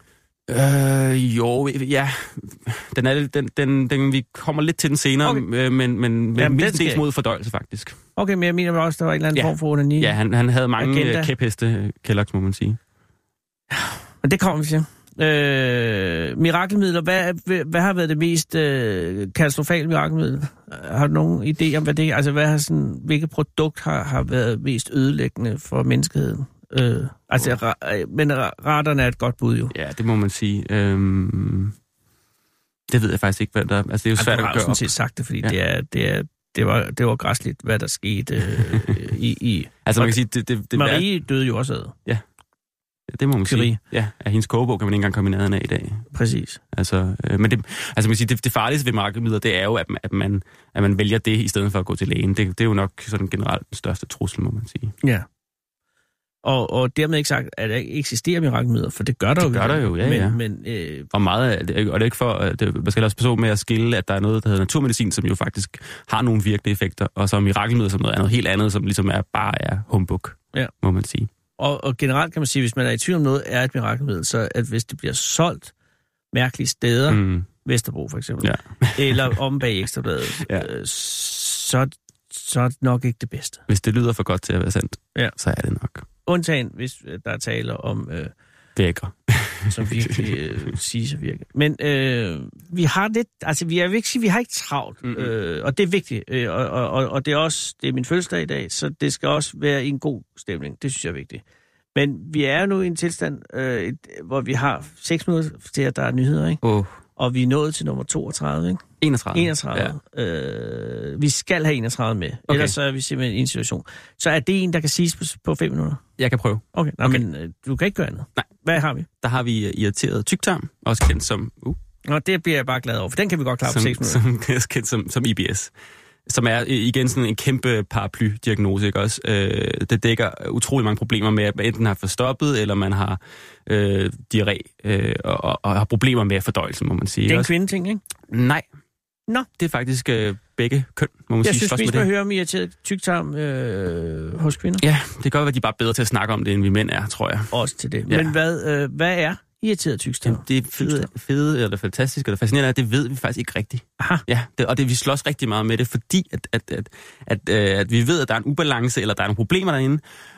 Øh, jo, ja. Den er, den, den, den, vi kommer lidt til den senere, okay. men, men, men Jamen, mest dels mod fordøjelse, faktisk. Okay, men jeg mener også, der var en eller anden ja. form for onani. Ja, han, han havde mange Agenda. kæpheste, Kellogg's, må man sige. Men det kommer vi til. Øh, mirakelmidler, hvad, hvad har været det mest øh, katastrofale mirakelmiddel? Har du nogen idé om, hvad det er? Altså, hvad har sådan, hvilket produkt har, har været mest ødelæggende for menneskeheden? Øh, altså, oh. ra- men raderne er et godt bud jo. Ja, det må man sige. Øhm, det ved jeg faktisk ikke, hvad der... Altså, det er jo svært altså, at gøre op. Du har sådan set sagt det, fordi ja. det, er, det, er, det, var, det var græsligt, hvad der skete øh, i, i... Altså, man kan sige... Det, det, det Marie er... døde jo også ad. Ja. Det må man Curie. sige. Ja, af hendes kogebog kan man ikke engang komme i nærheden af i dag. Præcis. Altså, øh, men det, altså man kan sige, det, det farligste ved mirakelmidler, det er jo, at man, at, man, at man vælger det, i stedet for at gå til lægen. Det, det er jo nok sådan generelt den største trussel, må man sige. Ja. Og, og dermed ikke sagt, at der ikke eksisterer mirakelmidler, for det gør der det jo. Det gør der jo, ja, men, ja. Men, øh... og meget af det, og det er ikke for, at det, man skal også passe med at skille, at der er noget, der hedder naturmedicin, som jo faktisk har nogle virkende effekter, og så mirakelmidler som noget andet, helt andet, som ligesom er, bare er humbug, ja. må man sige. Og, og generelt kan man sige, hvis man er i tvivl om noget, er et mirakelmiddel, så at hvis det bliver solgt mærkelige steder, mm. Vesterbro for eksempel, ja. eller om bag Ekstrabladet, ja. øh, så, så er det nok ikke det bedste. Hvis det lyder for godt til at være sandt, ja. så er det nok. Undtagen, hvis der er tale om... Øh, Vækker. som virkelig øh, siger sig virke. Men øh, vi har lidt... Altså, vi, er, jeg vil ikke sige, vi har ikke travlt. Mm-hmm. Øh, og det er vigtigt. Øh, og, og, og det er også... Det er min fødselsdag i dag, så det skal også være i en god stemning. Det synes jeg er vigtigt. Men vi er nu i en tilstand, øh, et, hvor vi har seks minutter til, at der er nyheder, ikke? Oh. Og vi er nået til nummer toogtredive, ikke? enogtredive. enogtredive. Ja. Øh, vi skal have enogtredive med, okay. ellers så er vi simpelthen i en situation. Så er det en, der kan siges på, på fem minutter? Jeg kan prøve. Okay, Nå, okay. men øh, du kan ikke gøre andet. Nej. Hvad har vi? Der har vi irriteret tyktarm, også kendt som... Uh, Nå, det bliver jeg bare glad over, for den kan vi godt klare på som, seks minutter. Som, kendt som, som I B S. Som er igen sådan en kæmpe paraply-diagnose, ikke også? Øh, det dækker utrolig mange problemer med, at man enten har forstoppet, eller man har øh, diarré, øh, og, og har problemer med fordøjelsen, må man sige. Det er en kvindeting, ikke? Nej. Nå. Det er faktisk øh, begge køn, må man jeg sige. Jeg synes, vi skal høre om irriteret tyktarm øh, hos kvinder. Ja, det kan godt være, at de er bare bedre til at snakke om det, end vi mænd er, tror jeg. Også til det. Ja. Men hvad, øh, hvad er irriteret tyktarm? Det er fede, fede eller fantastisk, eller fascinerende, at det ved vi faktisk ikke rigtigt. Aha. Ja, det, og det, vi slås rigtig meget med det, fordi at, at, at, at, at, at vi ved, at der er en ubalance, eller der er nogle problemer derinde,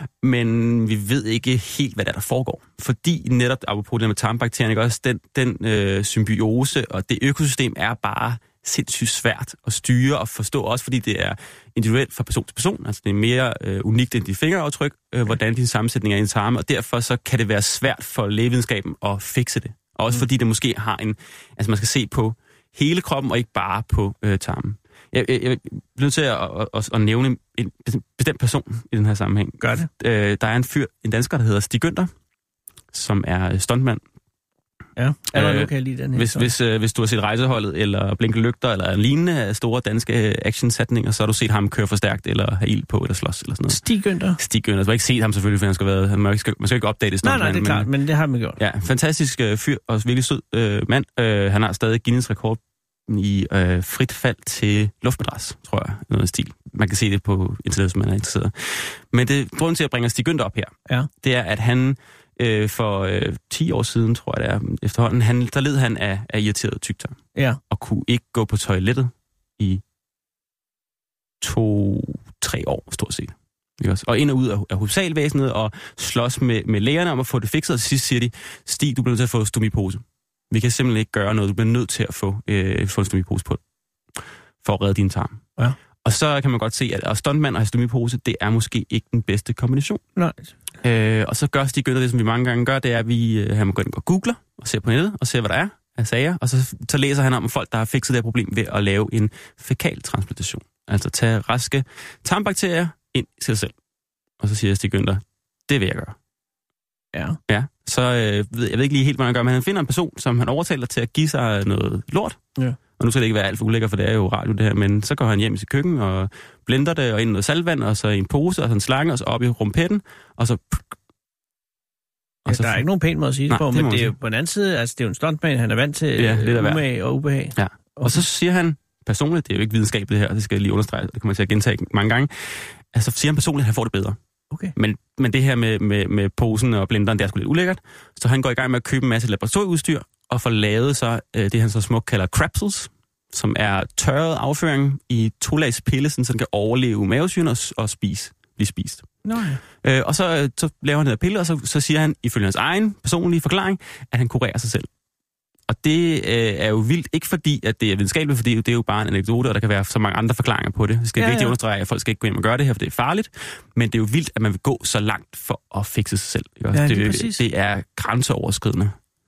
men vi ved ikke helt, hvad der, er, der foregår. Fordi netop, apropos det med tarmbakterien, ikke også, den, den øh, symbiose og det økosystem er bare sindssygt svært at styre og forstå, også fordi det er individuelt fra person til person. Altså det er mere øh, unikt end dit fingeraftryk, øh, hvordan din sammensætning er i en tarme, og derfor så kan det være svært for lægevidenskaben at fikse det. Og også mm. fordi det måske har en... Altså man skal se på hele kroppen, og ikke bare på øh, tarmen. Jeg, jeg, jeg bliver nødt til at, at, at, at nævne en bestemt person i den her sammenhæng. Gør det. Øh, der er en fyr, en dansker, der hedder Stig Günther, som er stuntmand. Ja, eller øh, nu kan jeg lide den her. Hvis, hvis, øh, hvis du har set Rejseholdet, eller Blinke Lygter, eller lignende store danske actionsætninger, så har du set ham køre for stærkt, eller have ild på, eller slås, eller sådan noget. Stig Günther. Stig Günther. Du har ikke set ham selvfølgelig, for han skal være, han man, skal, man skal ikke opdage det. Nej, nej, det er klart, men, men det har man gjort. Ja, fantastisk øh, fyr, og virkelig sød øh, mand. Øh, han har stadig Guinness rekord i øh, frit fald til luftmadras, tror jeg, noget stil. Man kan se det på internettet, hvis man er interesseret. Men det grunden til at bringe Stig Günther op her, ja. det er, at han øh, for øh, ti år siden, tror jeg det er, efterhånden, han, der led han af, af irriteret tyktarm. Ja. Og kunne ikke gå på toilettet i to-tre år, stort set. Og ind og ud af, af hospitalvæsenet og slås med, med lægerne om at få det fikset, og til sidst siger de, Stig, du bliver nødt til at få stomipose. Vi kan simpelthen ikke gøre noget. Du bliver nødt til at få, øh, få en stomipose på, for at redde din tarm. Ja. Og så kan man godt se, at stuntmand og have stomipose, det er måske ikke den bedste kombination. Nej. Øh, og så gør Stig Günther det, som vi mange gange gør, det er, at vi øh, han må gå ind og googler og ser på nettet og ser, hvad der er af sager. Og så, så læser han om folk, der har fikset det her problem ved at lave en fækaltransplantation. Altså tage raske tarmbakterier ind i sig selv. Og så siger Stig Günther, det vil jeg gøre. Ja. Ja, så øh, jeg ved ikke lige helt, hvad han gør, men han finder en person, som han overtaler til at give sig noget lort. Ja. Og nu skal det ikke være alt for ulækker, for det er jo radio det her, men så går han hjem i sit køkken og blender det, og ind i noget saltvand, og så i en pose, og så en slange, og så op i rumpetten, og så... Og ja, så der er ikke nogen pæn måde at sige det Nej, på, det men det er jo på den anden side, altså det er jo en stuntman, han er vant til ja, umage og ubehag. Ja, og så siger han personligt, det er jo ikke videnskabeligt her, det skal jeg lige understrege, det kommer jeg til at gentage mange gange, altså siger han personligt, at han får det bedre. Okay. Men, men det her med, med, med posen og blenderen, det er sgu lidt ulækkert. Så han går i gang med at købe en masse laboratorieudstyr, og får lavet så øh, det, han så smukt kalder crapsules, som er tørret afføring i to-lags pille, så den kan overleve mavesyren og, og spise, blive spist. Nå ja. øh, og så, øh, så laver han den her pille, og så, så siger han, ifølge hans egen personlige forklaring, at han kurerer sig selv. Og det øh, er jo vildt, ikke fordi, at det er videnskabeligt, fordi det er jo bare en anekdote, og der kan være så mange andre forklaringer på det. Det skal ja, vigtigt ja. understrege, at folk skal ikke gå hjem og gøre det her, for det er farligt. Men det er jo vildt, at man vil gå så langt for at fikse sig selv. Ikke? Ja, det, det, det er grænseoverskridende.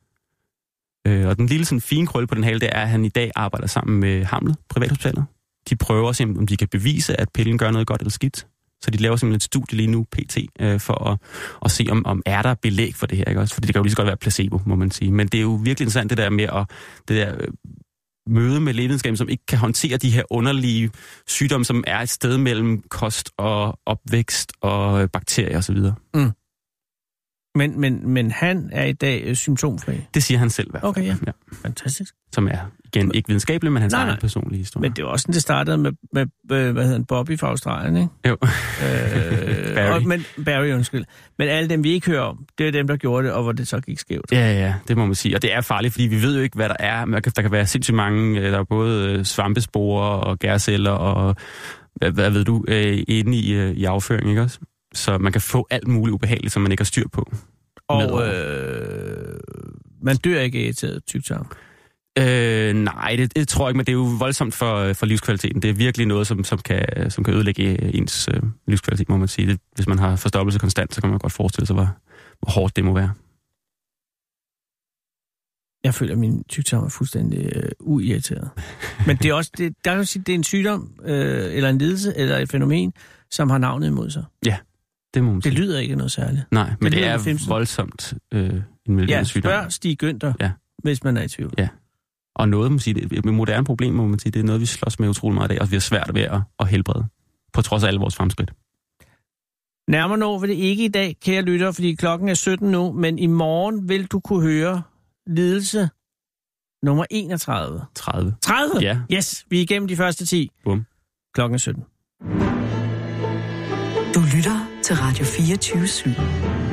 Øh, og den lille sådan, fine krølle på den hale, det er, at han i dag arbejder sammen med Hamlet, privathospitalet. De prøver simpelthen, om de kan bevise, at pillen gør noget godt eller skidt. Så de laver simpelthen et studie lige nu, P T, øh, for at, at se, om, om er der belæg for det her. Ikke også? Fordi det kan jo lige så godt være placebo, må man sige. Men det er jo virkelig interessant, det der med at det der, øh, møde med lægevidenskaben, som ikke kan håndtere de her underlige sygdomme, som er et sted mellem kost og opvækst og bakterier osv. Mm. Men, men, men han er i dag øh, symptomfri? Det siger han selv. Okay, ja. ja. Fantastisk. Som er, igen, ikke videnskabeligt, men hans nej, egen personlige historie. Men det var også sådan, det startede med, med hvad hedder han, Bobby fra Australien, ikke? Jo. Øh, Barry. Og, men, Barry, undskyld. Men alle dem, vi ikke hører om, det er dem, der gjorde det, og hvor det så gik skævt. Ja, ja, det må man sige. Og det er farligt, fordi vi ved jo ikke, hvad der er. Der kan være sindssygt mange, der er både svampespore og gærceller og, hvad, hvad ved du, øh, inde i, øh, i afføring, ikke også? Så man kan få alt muligt ubehageligt, som man ikke har styr på. Og øh, man dør ikke af irriteret tyktarm? Øh, nej, det, det tror jeg ikke, men det er jo voldsomt for, for livskvaliteten. Det er virkelig noget, som, som, kan, som kan ødelægge ens øh, livskvalitet, må man sige. Det, hvis man har forstoppelse konstant, så kan man godt forestille sig, hvor, hvor hårdt det må være. Jeg føler, at min tyktarm er fuldstændig øh, uirriteret. Men det er også, det, der kan man sige, det er en sygdom, øh, eller en lidelse, eller et fænomen, som har navnet imod sig. Ja, det må man Det sige. lyder ikke noget særligt. Nej, men det, det er femten. voldsomt øh, en miljø Ja, sygdom. spørg Stig Günther, Ja. hvis man er i tvivl. Ja. Og noget, man siger, det er et moderne problem, må man sige, det er noget, vi slås med utrolig meget i dag, og vi har svært ved at, at helbrede, på trods af alle vores fremskridt. Nærmere nå vil det ikke i dag, kære lytter, fordi klokken er sytten nu, men i morgen vil du kunne høre lidelse nummer enogtredive. tredive. tredive? Ja. Yes, vi er igennem de første ti. Bum. Klokken er sytten. Du lytter til Radio fireogtyve syv.